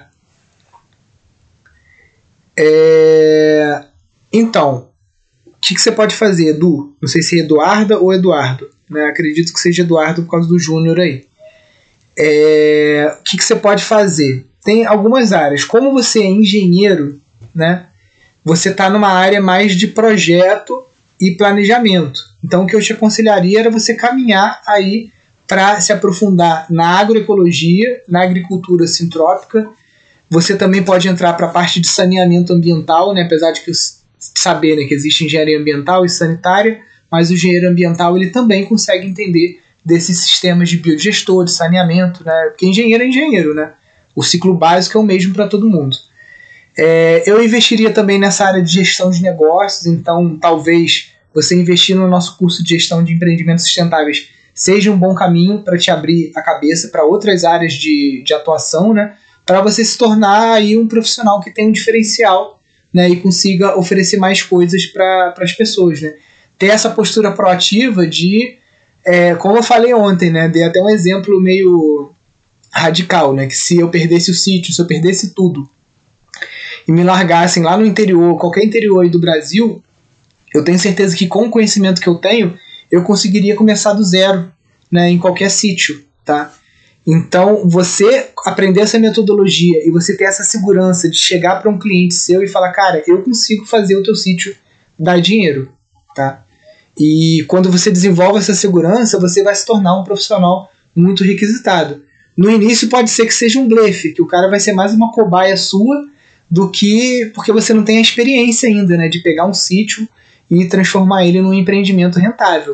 É... Então, o que, que você pode fazer, Edu? Não sei se é Eduarda ou Eduardo. Né? Acredito que seja Eduardo por causa do Júnior aí. É... O que, que você pode fazer? Tem algumas áreas. Como você é engenheiro, né? Você está numa área mais de projeto e planejamento. Então o que eu te aconselharia era você caminhar aí para se aprofundar na agroecologia, na agricultura sintrópica. Você também pode entrar para a parte de saneamento ambiental, né? Apesar de que saber, né, que existe engenharia ambiental e sanitária, mas o engenheiro ambiental ele também consegue entender desses sistemas de biodigestor, de saneamento, né? Porque engenheiro é engenheiro, né? O ciclo básico é o mesmo para todo mundo. É, eu investiria também nessa área de gestão de negócios, então talvez você investir no nosso curso de gestão de empreendimentos sustentáveis seja um bom caminho para te abrir a cabeça para outras áreas de, de atuação, né? Para você se tornar aí um profissional que tem um diferencial, né? E consiga oferecer mais coisas para as pessoas, né? Ter essa postura proativa de, é, como eu falei ontem, né? Dei até um exemplo meio radical, né? Que se eu perdesse o sítio, se eu perdesse tudo, e me largassem lá no interior, qualquer interior aí do Brasil, eu tenho certeza que com o conhecimento que eu tenho, eu conseguiria começar do zero, né, em qualquer sítio, tá? Então, você aprender essa metodologia e você ter essa segurança de chegar para um cliente seu e falar, cara, eu consigo fazer o teu sítio dar dinheiro, tá? E quando você desenvolve essa segurança, você vai se tornar um profissional muito requisitado. No início pode ser que seja um blefe, que o cara vai ser mais uma cobaia sua do que porque você não tem a experiência ainda, né, de pegar um sítio e transformar ele num empreendimento rentável.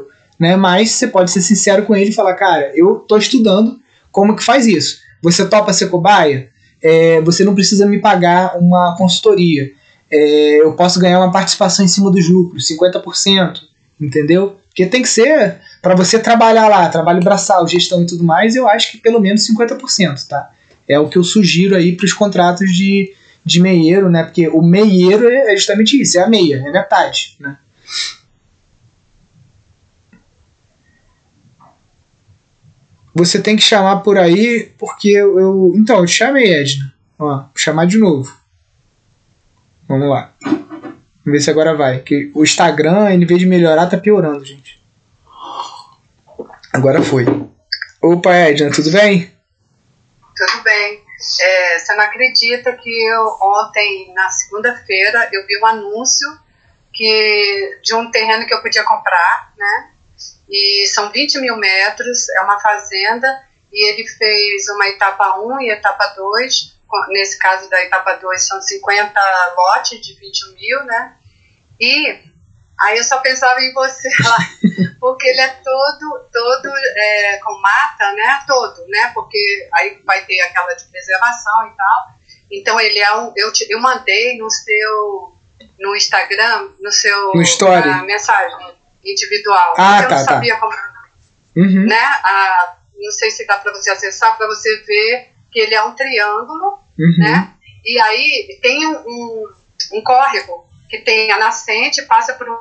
né? Mas você pode ser sincero com ele e falar, cara, eu tô estudando como que faz isso. Você topa ser cobaia? É, você não precisa me pagar uma consultoria. É, eu posso ganhar uma participação em cima dos lucros, cinquenta por cento, entendeu? Porque tem que ser, para você trabalhar lá, trabalho braçal, gestão e tudo mais, eu acho que pelo menos cinquenta por cento, tá? É o que eu sugiro aí para os contratos de, de meieiro, né? Porque o meieiro é justamente isso, é a meia, é metade, né? Você tem que chamar por aí, porque eu... eu então, eu te chamei, Edna. Ó, vou chamar de novo. Vamos lá. Vamos ver se agora vai. Que o Instagram, em vez de melhorar, tá piorando, gente. Agora foi. Opa, Edna, tudo bem? Tudo bem. É, você não acredita que eu, ontem, na segunda-feira, eu vi um anúncio que, de um terreno que eu podia comprar, né? E são vinte mil metros, é uma fazenda, e ele fez uma etapa um e etapa dois. Nesse caso da etapa dois são cinquenta lotes de vinte mil, né? E aí eu só pensava em você lá, porque ele é todo, todo é, com mata, né? Todo, né? Porque aí vai ter aquela de preservação e tal. Então ele é um. Eu, te, eu mandei no seu. No Instagram, no seu. No story. Uh, mensagem individual. Ah, eu tá, não sabia tá. como. Uhum. Né? Ah, não sei se dá para você acessar, para você ver que ele é um triângulo, uhum. né? E aí tem um, um, um córrego que tem a nascente, passa por um.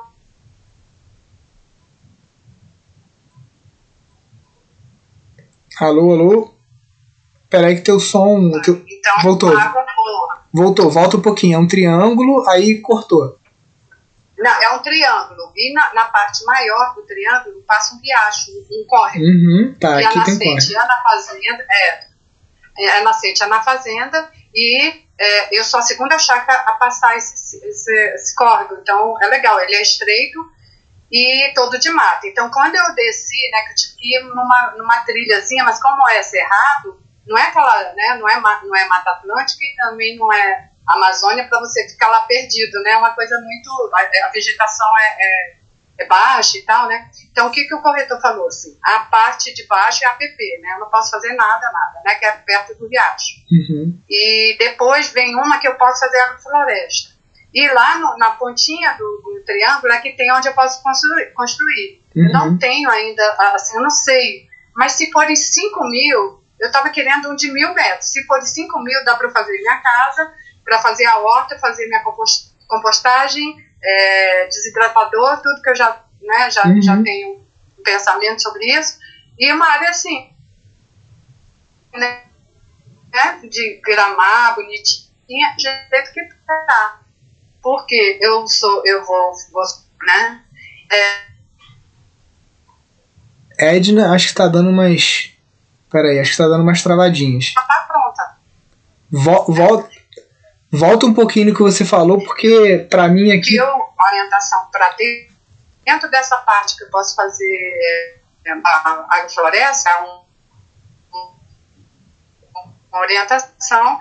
Alô, alô? Peraí que teu som... Teu... Então, voltou. Água boa. Voltou, volta um pouquinho. É um triângulo, aí cortou. Não, é um triângulo. E na, na parte maior do triângulo passa um riacho, um córrego. Uhum, tá, e aqui a tem nascente córrego. é na fazenda, é, é a nascente é na fazenda, e é, eu sou a segunda chácara a passar esse, esse, esse córrego. Então é legal, ele é estreito e todo de mata. Então quando eu desci, né, que eu tive que ir numa, numa trilhazinha, mas como é cerrado, não é aquela, né, não é, não é Mata Atlântica e também não é Amazônia para você ficar lá perdido, né, é uma coisa muito, a, a vegetação é, é, é baixa e tal, né. Então o que, que o corretor falou, assim, a parte de baixo é A P P, né, eu não posso fazer nada, nada, né, que é perto do riacho. Uhum. E depois vem uma que eu posso fazer agrofloresta. E lá no, na pontinha do, do triângulo é que tem onde eu posso construir. construir. Uhum. Eu não tenho ainda, assim, eu não sei. Mas se forem cinco mil, eu estava querendo um de mil metros. Se forem cinco mil, dá para fazer minha casa, para fazer a horta, fazer minha compostagem, é, desidratador, tudo que eu já, né, já, uhum. já tenho um pensamento sobre isso. E uma área assim, né, de gramar, bonitinha, do jeito que tá. Porque eu sou, eu vou, vou né? É... Edna, acho que tá dando umas. Peraí, acho que tá dando umas travadinhas. Tá pronta. Vol, vol, volta um pouquinho no que você falou, porque pra mim aqui. Eu, orientação para dentro, dentro dessa parte que eu posso fazer a agrofloresta, um, um, uma orientação.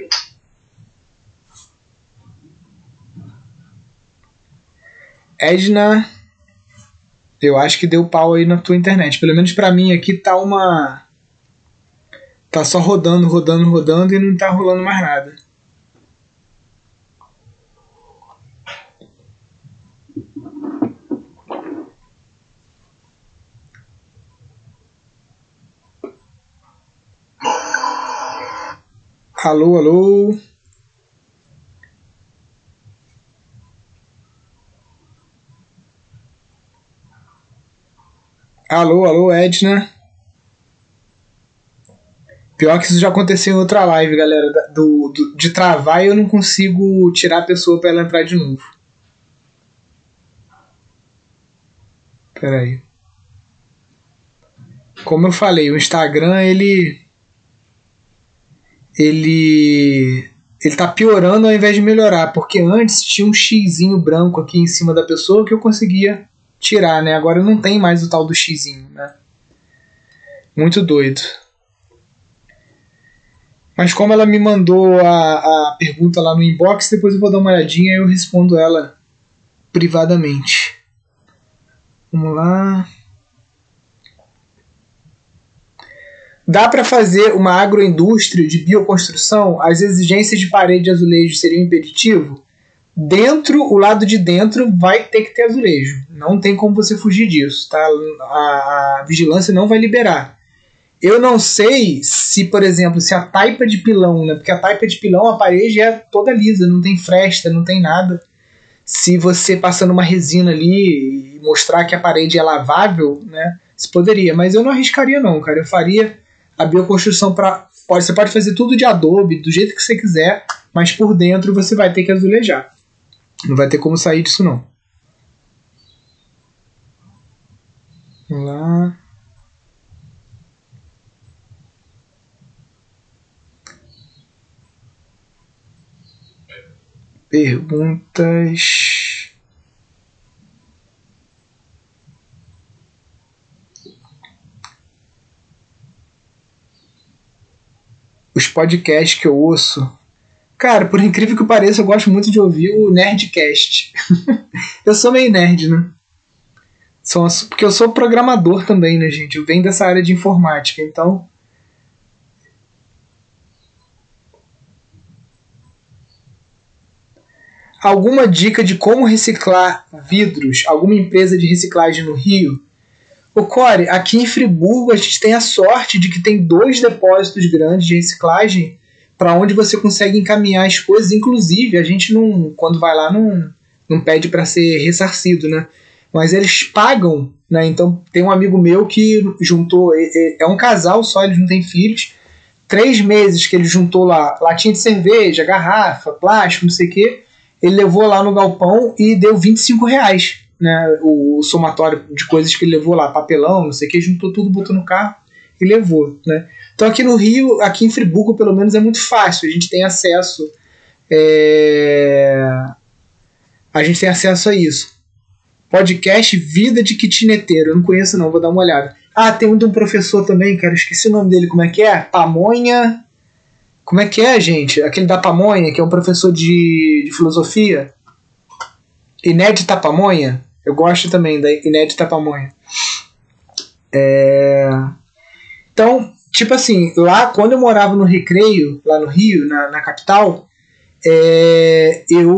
Edna, eu acho que deu pau aí na tua internet. Pelo menos pra mim aqui tá uma... Tá só rodando, rodando, rodando e não tá rolando mais nada. Alô, alô... Alô, alô, Edna. Pior que isso já aconteceu em outra live, galera. Do, do, de travar e eu não consigo tirar a pessoa pra ela entrar de novo. Pera aí. Como eu falei, o Instagram, ele... Ele... Ele tá piorando ao invés de melhorar. Porque antes tinha um xizinho branco aqui em cima da pessoa que eu conseguia tirar, né? Agora não tem mais o tal do xizinho, né? Muito doido. Mas como ela me mandou a, a pergunta lá no inbox, depois eu vou dar uma olhadinha e eu respondo ela privadamente. Vamos lá. Dá para fazer uma agroindústria de bioconstrução? As exigências de parede de azulejo seriam impeditivo? Dentro, o lado de dentro vai ter que ter azulejo. Não tem como você fugir disso, tá? A, a vigilância não vai liberar. Eu não sei se, por exemplo, se a taipa de pilão, né? Porque a taipa de pilão, a parede é toda lisa, não tem fresta, não tem nada. Se você passando uma resina ali e mostrar que a parede é lavável, né? Se poderia, mas eu não arriscaria não, cara. Eu faria a bioconstrução para... Pode, você pode fazer tudo de adobe, do jeito que você quiser, mas por dentro você vai ter que azulejar. Não vai ter como sair disso não. Vamos lá. Perguntas. Os podcasts que eu ouço. Cara, por incrível que pareça, eu gosto muito de ouvir o Nerdcast. Eu sou meio nerd, né? Sou, porque eu sou programador também, né, gente? Eu venho dessa área de informática, então. Alguma dica de como reciclar vidros? Alguma empresa de reciclagem no Rio? Ô Core, aqui em Friburgo a gente tem a sorte de que tem dois depósitos grandes de reciclagem para onde você consegue encaminhar as coisas. Inclusive, a gente não, quando vai lá não, não pede para ser ressarcido, né? Mas eles pagam, né? Então tem um amigo meu que juntou, é, é um casal só, eles não têm filhos. Três meses que ele juntou lá latinha de cerveja, garrafa, plástico, não sei o quê. Ele levou lá no galpão e deu vinte e cinco reais, né, o somatório de coisas que ele levou lá, papelão, não sei o que, juntou tudo, botou no carro e levou, né. Então aqui no Rio, aqui em Friburgo pelo menos é muito fácil, a gente tem acesso é... a gente tem acesso a isso. Podcast Vida de Kitneteiro, eu não conheço não, vou dar uma olhada. Ah, tem um de um professor também, cara, esqueci o nome dele, como é que é? Pamonha... Como é que é, gente? Aquele da Pamonha, que é um professor de, de filosofia. Inédita Pamonha. Eu gosto também da Inédita Pamonha. É... Então, tipo assim, lá quando eu morava no Recreio, lá no Rio, na, na capital, é... eu...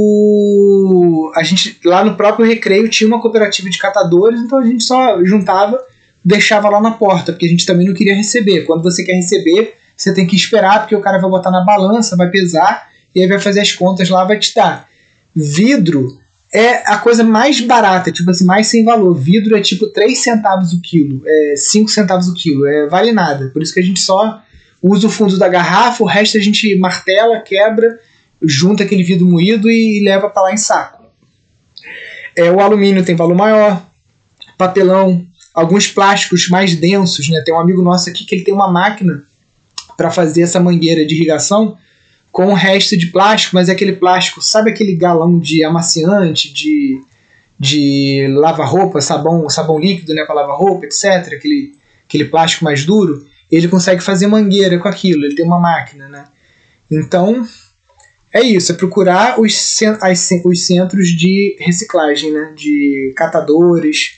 A gente, lá no próprio Recreio tinha uma cooperativa de catadores, então a gente só juntava, deixava lá na porta, porque a gente também não queria receber. Quando você quer receber... Você tem que esperar, porque o cara vai botar na balança, vai pesar, e aí vai fazer as contas lá, vai te dar. Vidro é a coisa mais barata, tipo assim, mais sem valor. Vidro é tipo três centavos o quilo, é cinco centavos o quilo, é, vale nada. Por isso que a gente só usa o fundo da garrafa, o resto a gente martela, quebra, junta aquele vidro moído e leva para lá em saco. É, o alumínio tem valor maior, papelão, alguns plásticos mais densos, né? Tem um amigo nosso aqui que ele tem uma máquina para fazer essa mangueira de irrigação com o resto de plástico, mas é aquele plástico, sabe aquele galão de amaciante, de, de lava-roupa, sabão, sabão líquido, né, para lavar-roupa, etcétera, aquele, aquele plástico mais duro, ele consegue fazer mangueira com aquilo, ele tem uma máquina, né? Então, é isso, é procurar os, as, os centros de reciclagem, né, de catadores.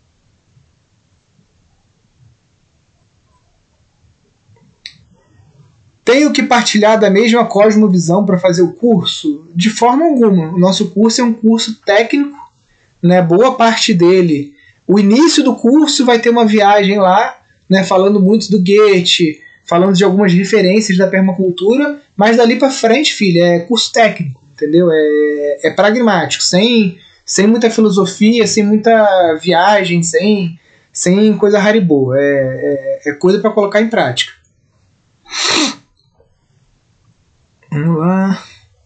Tenho que partilhar da mesma cosmovisão para fazer o curso? De forma alguma. O nosso curso é um curso técnico, né? Boa parte dele. O início do curso vai ter uma viagem lá, né? Falando muito do Goethe, falando de algumas referências da permacultura, mas dali para frente, filho, é curso técnico, entendeu? É, é pragmático, sem, sem muita filosofia, sem muita viagem, sem, sem coisa haribo. É, é, é coisa para colocar em prática. Vamos lá.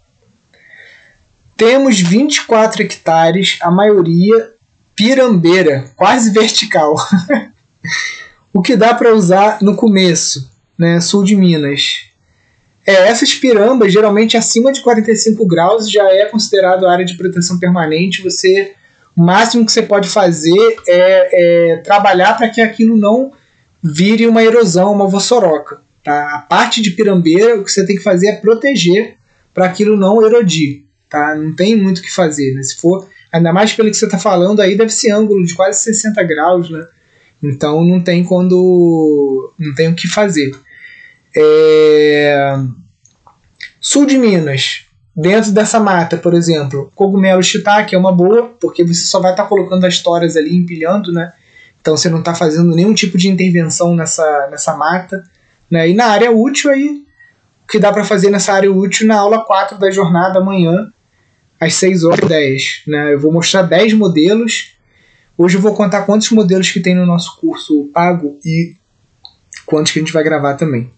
Temos vinte e quatro hectares, a maioria pirambeira, quase vertical. O que dá para usar no começo, né? Sul de Minas. É, essas pirambas, geralmente acima de quarenta e cinco graus, já é considerado área de proteção permanente. Você, o máximo que você pode fazer é, é trabalhar para que aquilo não vire uma erosão, uma vossoroca. Tá? A parte de pirambeira, o que você tem que fazer é proteger para aquilo não erodir. Tá? Não tem muito o que fazer. Né? Se for, ainda mais pelo que você está falando, aí deve ser ângulo de quase sessenta graus. Né? Então não tem quando. Não tem o que fazer. É... Sul de Minas, dentro dessa mata, por exemplo, cogumelo shiitake é uma boa, porque você só vai estar tá colocando as toras ali, empilhando, né? Então você não está fazendo nenhum tipo de intervenção nessa, nessa mata, né? E na área útil aí, o que dá para fazer nessa área útil na aula quatro da jornada amanhã, às seis horas e dez, né? Eu vou mostrar dez modelos. Hoje eu vou contar quantos modelos que tem no nosso curso pago e quantos que a gente vai gravar também.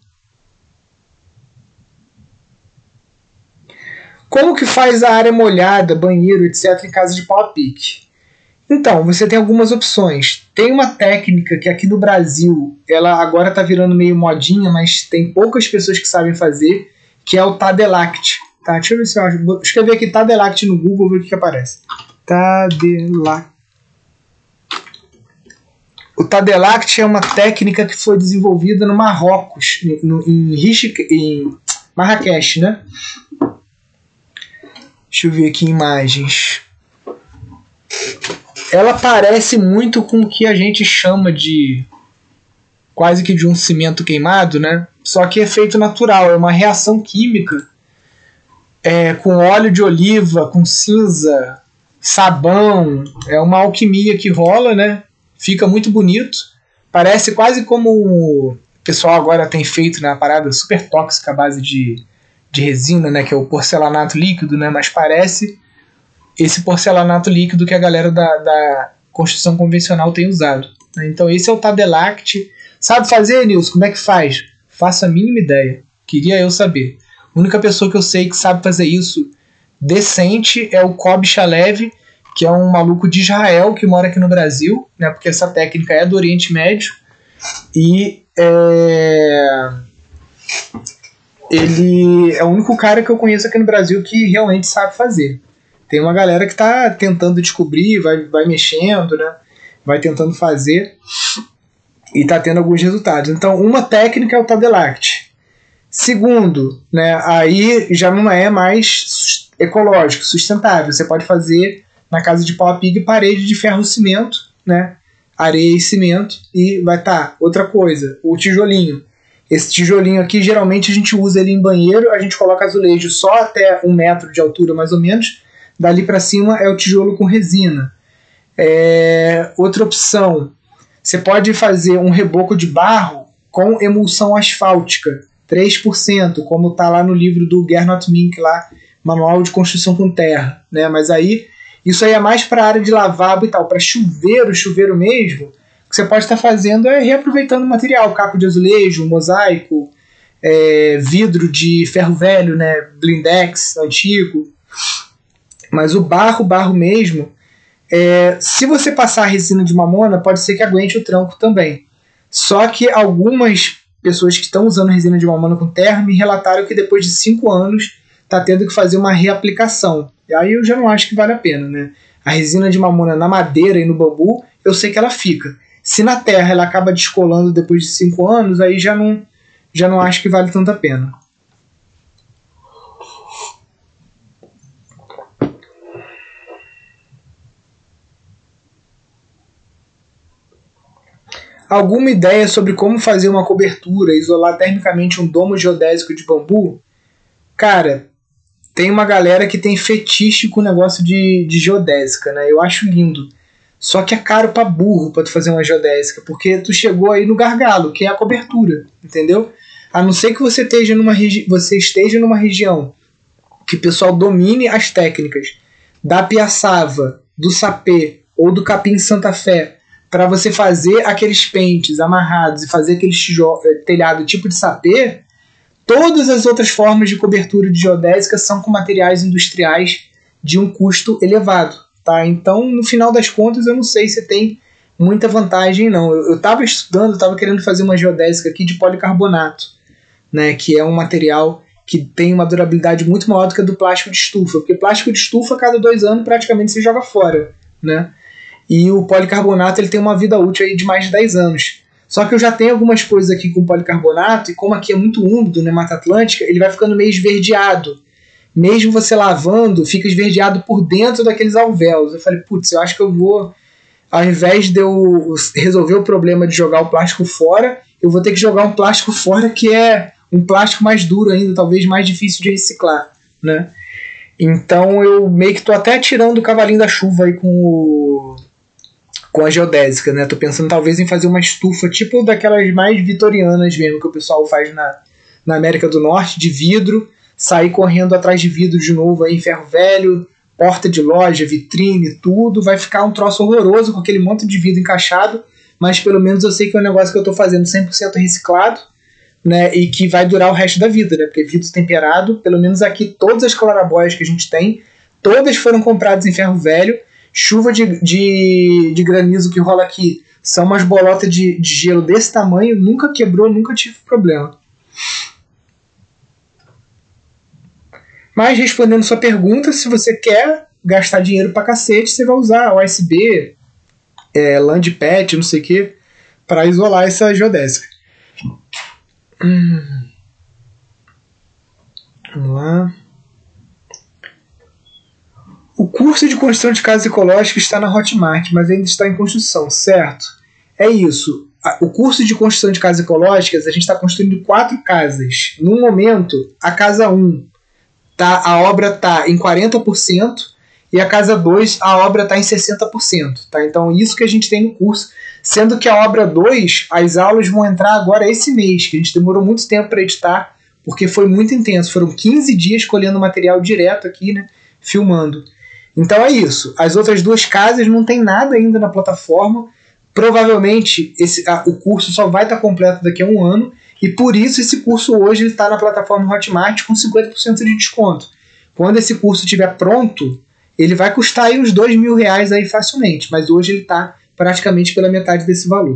Como que faz a área molhada, banheiro, etcétera em casa de pau a pique? Então, você tem algumas opções. Tem uma técnica que aqui no Brasil, ela agora está virando meio modinha, mas tem poucas pessoas que sabem fazer, que é o Tadelact. Tá, deixa eu ver se eu acho. Vou escrever aqui Tadelact no Google, ver o que, que aparece. Tadelact. O Tadelact é uma técnica que foi desenvolvida no Marrocos, no, em, em Marrakech, né? Deixa eu ver aqui imagens. Ela parece muito com o que a gente chama de quase que de um cimento queimado, né? Só que é efeito natural, é uma reação química é, com óleo de oliva, com cinza, sabão. É uma alquimia que rola, né? Fica muito bonito. Parece quase como o pessoal agora tem feito, né? Uma parada super tóxica à base de, de resina, né? Que é o porcelanato líquido, né? Mas parece esse porcelanato líquido que a galera da, da construção convencional tem usado. Então esse é o Tadelact. Sabe fazer, Nilson? Como é que faz? Faço a mínima ideia. Queria eu saber. A única pessoa que eu sei que sabe fazer isso decente é o Kobi Shalev, que é um maluco de Israel que mora aqui no Brasil, né? Porque essa técnica é do Oriente Médio. E é... ele é o único cara que eu conheço aqui no Brasil que realmente sabe fazer. Tem uma galera que está tentando descobrir, vai, vai mexendo, né? Vai tentando fazer e está tendo alguns resultados. Então, uma técnica é o Tadelact. Segundo, né, aí já não é mais ecológico, sustentável. Você pode fazer na casa de pau a pique parede de ferro-cimento, né? Areia e cimento, e vai estar. Tá. Outra coisa, o tijolinho. Esse tijolinho aqui, geralmente a gente usa ele em banheiro, a gente coloca azulejo só até um metro de altura, mais ou menos. Dali para cima é o tijolo com resina. É, outra opção, você pode fazer um reboco de barro com emulsão asfáltica, três por cento, como está lá no livro do Gernot Mink, lá, Manual de Construção com Terra. Né? Mas aí, isso aí é mais para a área de lavabo e tal. Para chuveiro, chuveiro mesmo, o que você pode estar tá fazendo é reaproveitando o material, caco de azulejo, mosaico, é, vidro de ferro velho, né? Blindex antigo. Mas o barro, barro mesmo, é, se você passar a resina de mamona, pode ser que aguente o tranco também. Só que algumas pessoas que estão usando resina de mamona com terra me relataram que depois de cinco anos está tendo que fazer uma reaplicação. E aí eu já não acho que vale a pena, né? A resina de mamona na madeira e no bambu, eu sei que ela fica. Se na terra ela acaba descolando depois de cinco anos, aí já não, já não acho que vale tanto a pena. Alguma ideia sobre como fazer uma cobertura, isolar termicamente um domo geodésico de bambu? Cara, tem uma galera que tem fetiche com o negócio de, de geodésica, né? Eu acho lindo. Só que é caro pra burro pra tu fazer uma geodésica, porque tu chegou aí no gargalo, que é a cobertura, entendeu? A não ser que você esteja numa, regi- você esteja numa região que o pessoal domine as técnicas da piaçava, do sapê ou do capim Santa Fé, para você fazer aqueles pentes amarrados e fazer aquele tijolo, telhado tipo de sapê, todas as outras formas de cobertura de geodésica são com materiais industriais de um custo elevado. Tá? Então, no final das contas, eu não sei se tem muita vantagem, não. Eu estava estudando, estava querendo fazer uma geodésica aqui de policarbonato, né, que é um material que tem uma durabilidade muito maior do que a do plástico de estufa, porque plástico de estufa, a cada dois anos, praticamente se joga fora, né? E o policarbonato ele tem uma vida útil aí de mais de dez anos. Só que eu já tenho algumas coisas aqui com policarbonato, e como aqui é muito úmido, né, Mata Atlântica, ele vai ficando meio esverdeado. Mesmo você lavando, fica esverdeado por dentro daqueles alvéolos. Eu falei, putz, eu acho que eu vou ao invés de eu resolver o problema de jogar o plástico fora, eu vou ter que jogar um plástico fora que é um plástico mais duro ainda, talvez mais difícil de reciclar, né? Então eu meio que tô até tirando o cavalinho da chuva aí com o, com a geodésica, né? Tô pensando talvez em fazer uma estufa tipo daquelas mais vitorianas mesmo, que o pessoal faz na, na América do Norte, de vidro, sair correndo atrás de vidro de novo aí em ferro velho, porta de loja, vitrine, tudo, vai ficar um troço horroroso com aquele monte de vidro encaixado, mas pelo menos eu sei que é um negócio que eu tô fazendo cem por cento reciclado, né, e que vai durar o resto da vida, né, porque vidro temperado, pelo menos aqui todas as clarabóias que a gente tem, todas foram compradas em ferro velho. Chuva de, de, de granizo que rola aqui são umas bolotas de, de gelo desse tamanho, nunca quebrou, nunca tive problema. Mas respondendo sua pergunta, se você quer gastar dinheiro pra cacete, você vai usar U S B, é, Landpad, não sei o que, para isolar essa geodésica. Hum. Vamos lá. O curso de construção de casa ecológica está na Hotmart, mas ainda está em construção, certo? É isso. O curso de construção de casas ecológicas, a gente está construindo quatro casas. No momento, a casa um, tá, a obra está em quarenta por cento e a casa dois, a obra está em sessenta por cento. Tá? Então, isso que a gente tem no curso. Sendo que a obra dois, as aulas vão entrar agora esse mês, que a gente demorou muito tempo para editar, porque foi muito intenso. Foram quinze dias colhendo material direto aqui, né, filmando. Então é isso. As outras duas casas não tem nada ainda na plataforma. Provavelmente esse, a, o curso só vai estar completo daqui a um ano. E por isso esse curso hoje está na plataforma Hotmart com cinquenta por cento de desconto. Quando esse curso estiver pronto, ele vai custar aí uns dois mil reais aí facilmente. Mas hoje ele está praticamente pela metade desse valor.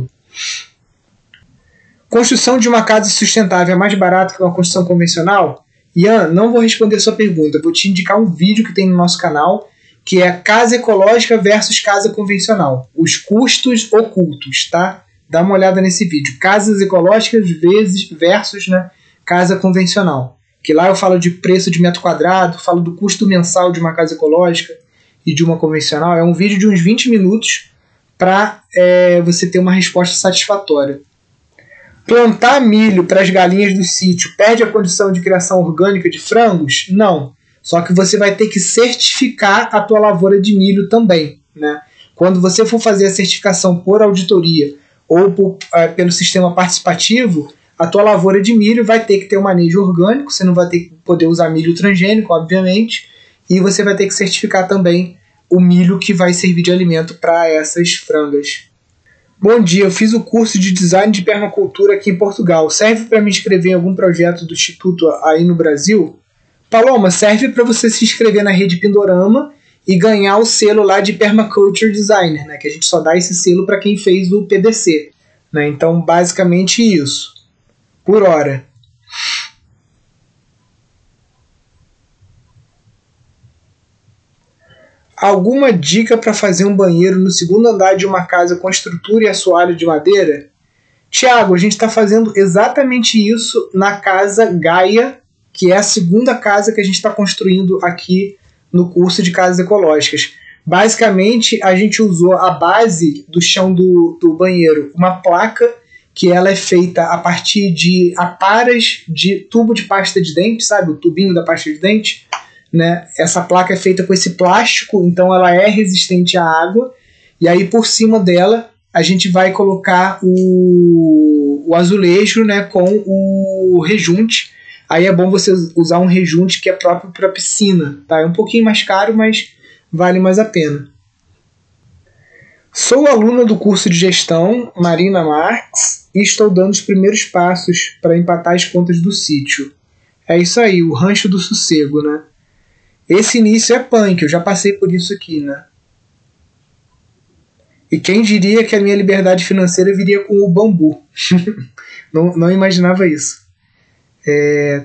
Construção de uma casa sustentável é mais barato que uma construção convencional? Ian, não vou responder sua pergunta. Vou te indicar um vídeo que tem no nosso canal, que é casa ecológica versus casa convencional. Os custos ocultos, tá? Dá uma olhada nesse vídeo. Casas ecológicas vezes versus, né, casa convencional. Que lá eu falo de preço de metro quadrado, falo do custo mensal de uma casa ecológica e de uma convencional. É um vídeo de uns vinte minutos para é, você ter uma resposta satisfatória. Plantar milho para as galinhas do sítio perde a condição de criação orgânica de frangos? Não. Só que você vai ter que certificar a tua lavoura de milho também, né? Quando você for fazer a certificação por auditoria ou por, uh, pelo sistema participativo, a tua lavoura de milho vai ter que ter um manejo orgânico, você não vai ter que poder usar milho transgênico, obviamente, e você vai ter que certificar também o milho que vai servir de alimento para essas frangas. Bom dia, eu fiz o curso de design de permacultura aqui em Portugal. Serve para me inscrever em algum projeto do Instituto aí no Brasil? Paloma, serve para você se inscrever na rede Pindorama e ganhar o selo lá de Permaculture Designer, né? Que a gente só dá esse selo para quem fez o P D C. Né? Então, basicamente isso. Por hora. Alguma dica para fazer um banheiro no segundo andar de uma casa com estrutura e assoalho de madeira? Tiago, a gente está fazendo exatamente isso na casa Gaia, que é a segunda casa que a gente está construindo aqui no curso de casas ecológicas. Basicamente, a gente usou a base do chão do, do banheiro, uma placa que ela é feita a partir de aparas de tubo de pasta de dente, sabe? O tubinho da pasta de dente. Né? Essa placa é feita com esse plástico, então ela é resistente à água. E aí, por cima dela, a gente vai colocar o, o azulejo, né, com o rejunte. Aí é bom você usar um rejunte que é próprio para piscina, tá? É um pouquinho mais caro, mas vale mais a pena. Sou aluna do curso de gestão Marina Marx e estou dando os primeiros passos para empatar as contas do sítio. É isso aí, o rancho do sossego, né? Esse início é punk, eu já passei por isso aqui, né? E quem diria que a minha liberdade financeira viria com o bambu? não, não imaginava isso. É...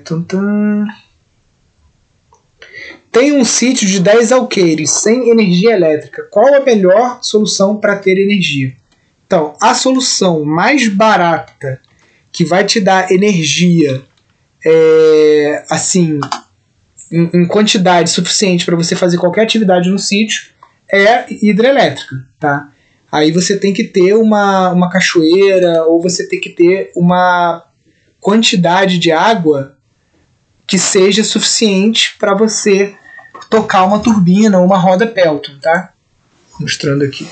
Tem um sítio de dez alqueires sem energia elétrica. Qual a melhor solução para ter energia? Então, a solução mais barata que vai te dar energia é, assim, em, em quantidade suficiente para você fazer qualquer atividade no sítio é hidrelétrica, tá? aí você tem que ter uma, uma cachoeira, ou você tem que ter uma quantidade de água que seja suficiente para você tocar uma turbina ou uma roda Pelton, tá? Mostrando aqui.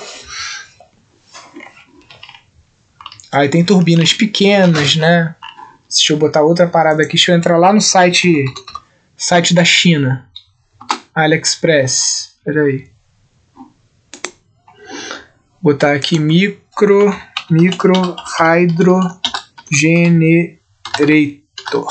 Aí tem turbinas pequenas, né? Deixa eu botar outra parada aqui. Deixa eu entrar lá no site, site da China. AliExpress. Pera aí. Botar aqui micro, micro hydrogenerator.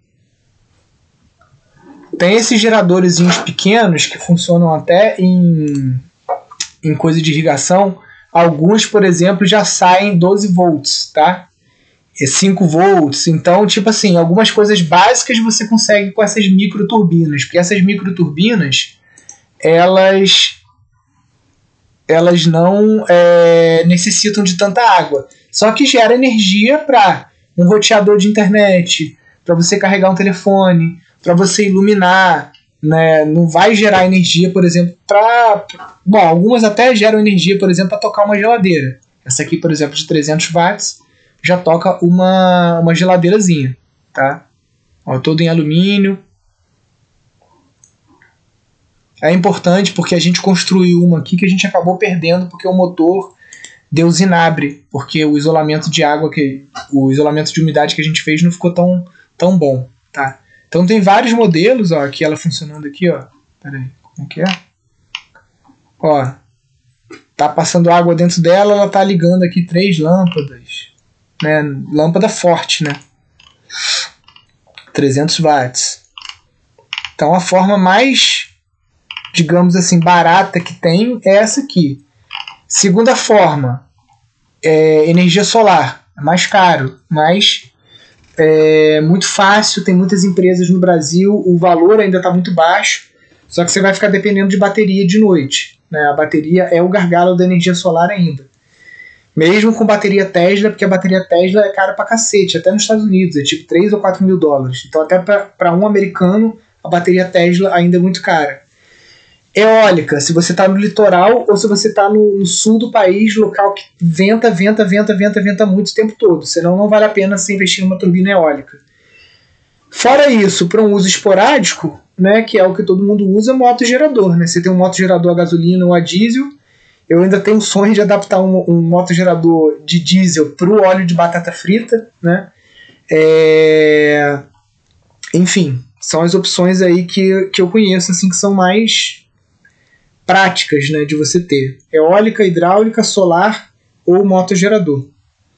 Tem esses geradorzinhos pequenos que funcionam até em, em coisa de irrigação. Alguns, por exemplo, já saem doze volts, tá? É cinco volts. Então, tipo assim, algumas coisas básicas você consegue com essas microturbinas. Porque essas microturbinas, elas, elas não é, necessitam de tanta água. Só que gera energia para um roteador de internet, para você carregar um telefone, para você iluminar, né? Não vai gerar energia, por exemplo, para... Bom, algumas até geram energia, por exemplo, para tocar uma geladeira. Essa aqui, por exemplo, de trezentos watts, já toca uma, uma geladeirazinha, tá? Ó, todo em alumínio. É importante porque a gente construiu uma aqui que a gente acabou perdendo porque o motor deu zinabre, porque o isolamento de água, que, o isolamento de umidade que a gente fez não ficou tão, tão bom, tá? Então tem vários modelos, ó, aqui ela funcionando aqui, ó. Pera aí, como é que é? Ó, tá passando água dentro dela, ela tá ligando aqui três lâmpadas, né? Lâmpada forte, né? trezentos watts. Então a forma mais, digamos assim, barata que tem é essa aqui. Segunda forma, é energia solar. É mais caro, mas é muito fácil, tem muitas empresas no Brasil, o valor ainda está muito baixo, só que você vai ficar dependendo de bateria de noite, né? A bateria é o gargalo da energia solar ainda. Mesmo com bateria Tesla, porque a bateria Tesla é cara pra cacete, até nos Estados Unidos, é tipo três ou quatro mil dólares. Então até para um americano, a bateria Tesla ainda é muito cara. Eólica, se você está no litoral ou se você está no, no sul do país, local que venta, venta, venta, venta, venta muito o tempo todo. Senão não vale a pena você investir em uma turbina eólica. Fora isso, para um uso esporádico, né, que é o que todo mundo usa, motogerador. Né? Você tem um motogerador a gasolina ou a diesel. Eu ainda tenho o sonho de adaptar um, um motogerador de diesel para o óleo de batata frita. Né? É... Enfim, são as opções aí que, que eu conheço assim, que são mais práticas, né, de você ter. Eólica, hidráulica, solar ou motogerador.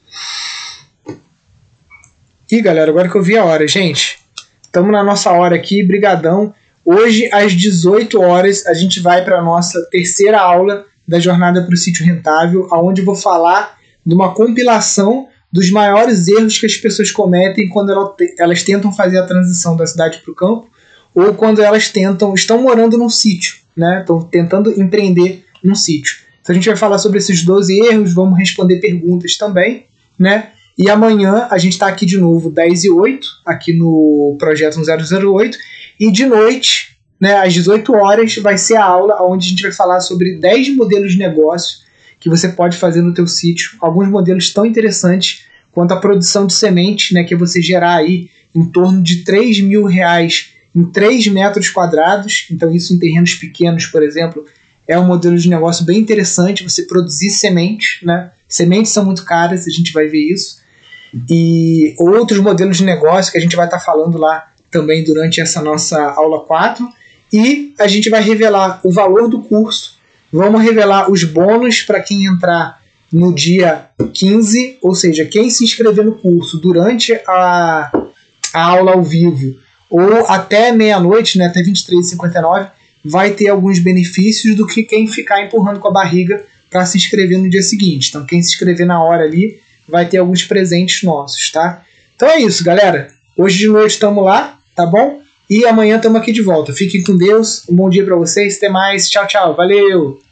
E galera, agora que eu vi a hora, gente, estamos na nossa hora aqui, brigadão. Hoje às dezoito horas a gente vai para a nossa terceira aula da Jornada para o Sítio Rentável, onde eu vou falar de uma compilação dos maiores erros que as pessoas cometem quando elas tentam fazer a transição da cidade para o campo ou quando elas tentam, estão morando num sítio, né? Estão tentando empreender num sítio. Então a gente vai falar sobre esses doze erros, vamos responder perguntas também, né? E amanhã a gente está aqui de novo, dez e oito, aqui no Projeto um zero zero oito, e de noite, né, às dezoito horas, vai ser a aula onde a gente vai falar sobre dez modelos de negócio que você pode fazer no teu sítio. Alguns modelos tão interessantes quanto a produção de semente, né, que é você gerar aí em torno de três mil reais em três metros quadrados. Então isso em terrenos pequenos, por exemplo, é um modelo de negócio bem interessante, você produzir sementes, né? Sementes são muito caras, a gente vai ver isso. E outros modelos de negócio que a gente vai estar falando lá também durante essa nossa aula quatro. E a gente vai revelar o valor do curso, vamos revelar os bônus para quem entrar no dia quinze, ou seja, quem se inscrever no curso durante a, a aula ao vivo ou até meia-noite, né, até vinte e três e cinquenta e nove, vai ter alguns benefícios do que quem ficar empurrando com a barriga para se inscrever no dia seguinte. Então quem se inscrever na hora ali vai ter alguns presentes nossos, tá? Então é isso, galera. Hoje de noite estamos lá, tá bom? E amanhã estamos aqui de volta. Fiquem com Deus, um bom dia para vocês, até mais, tchau, tchau, valeu!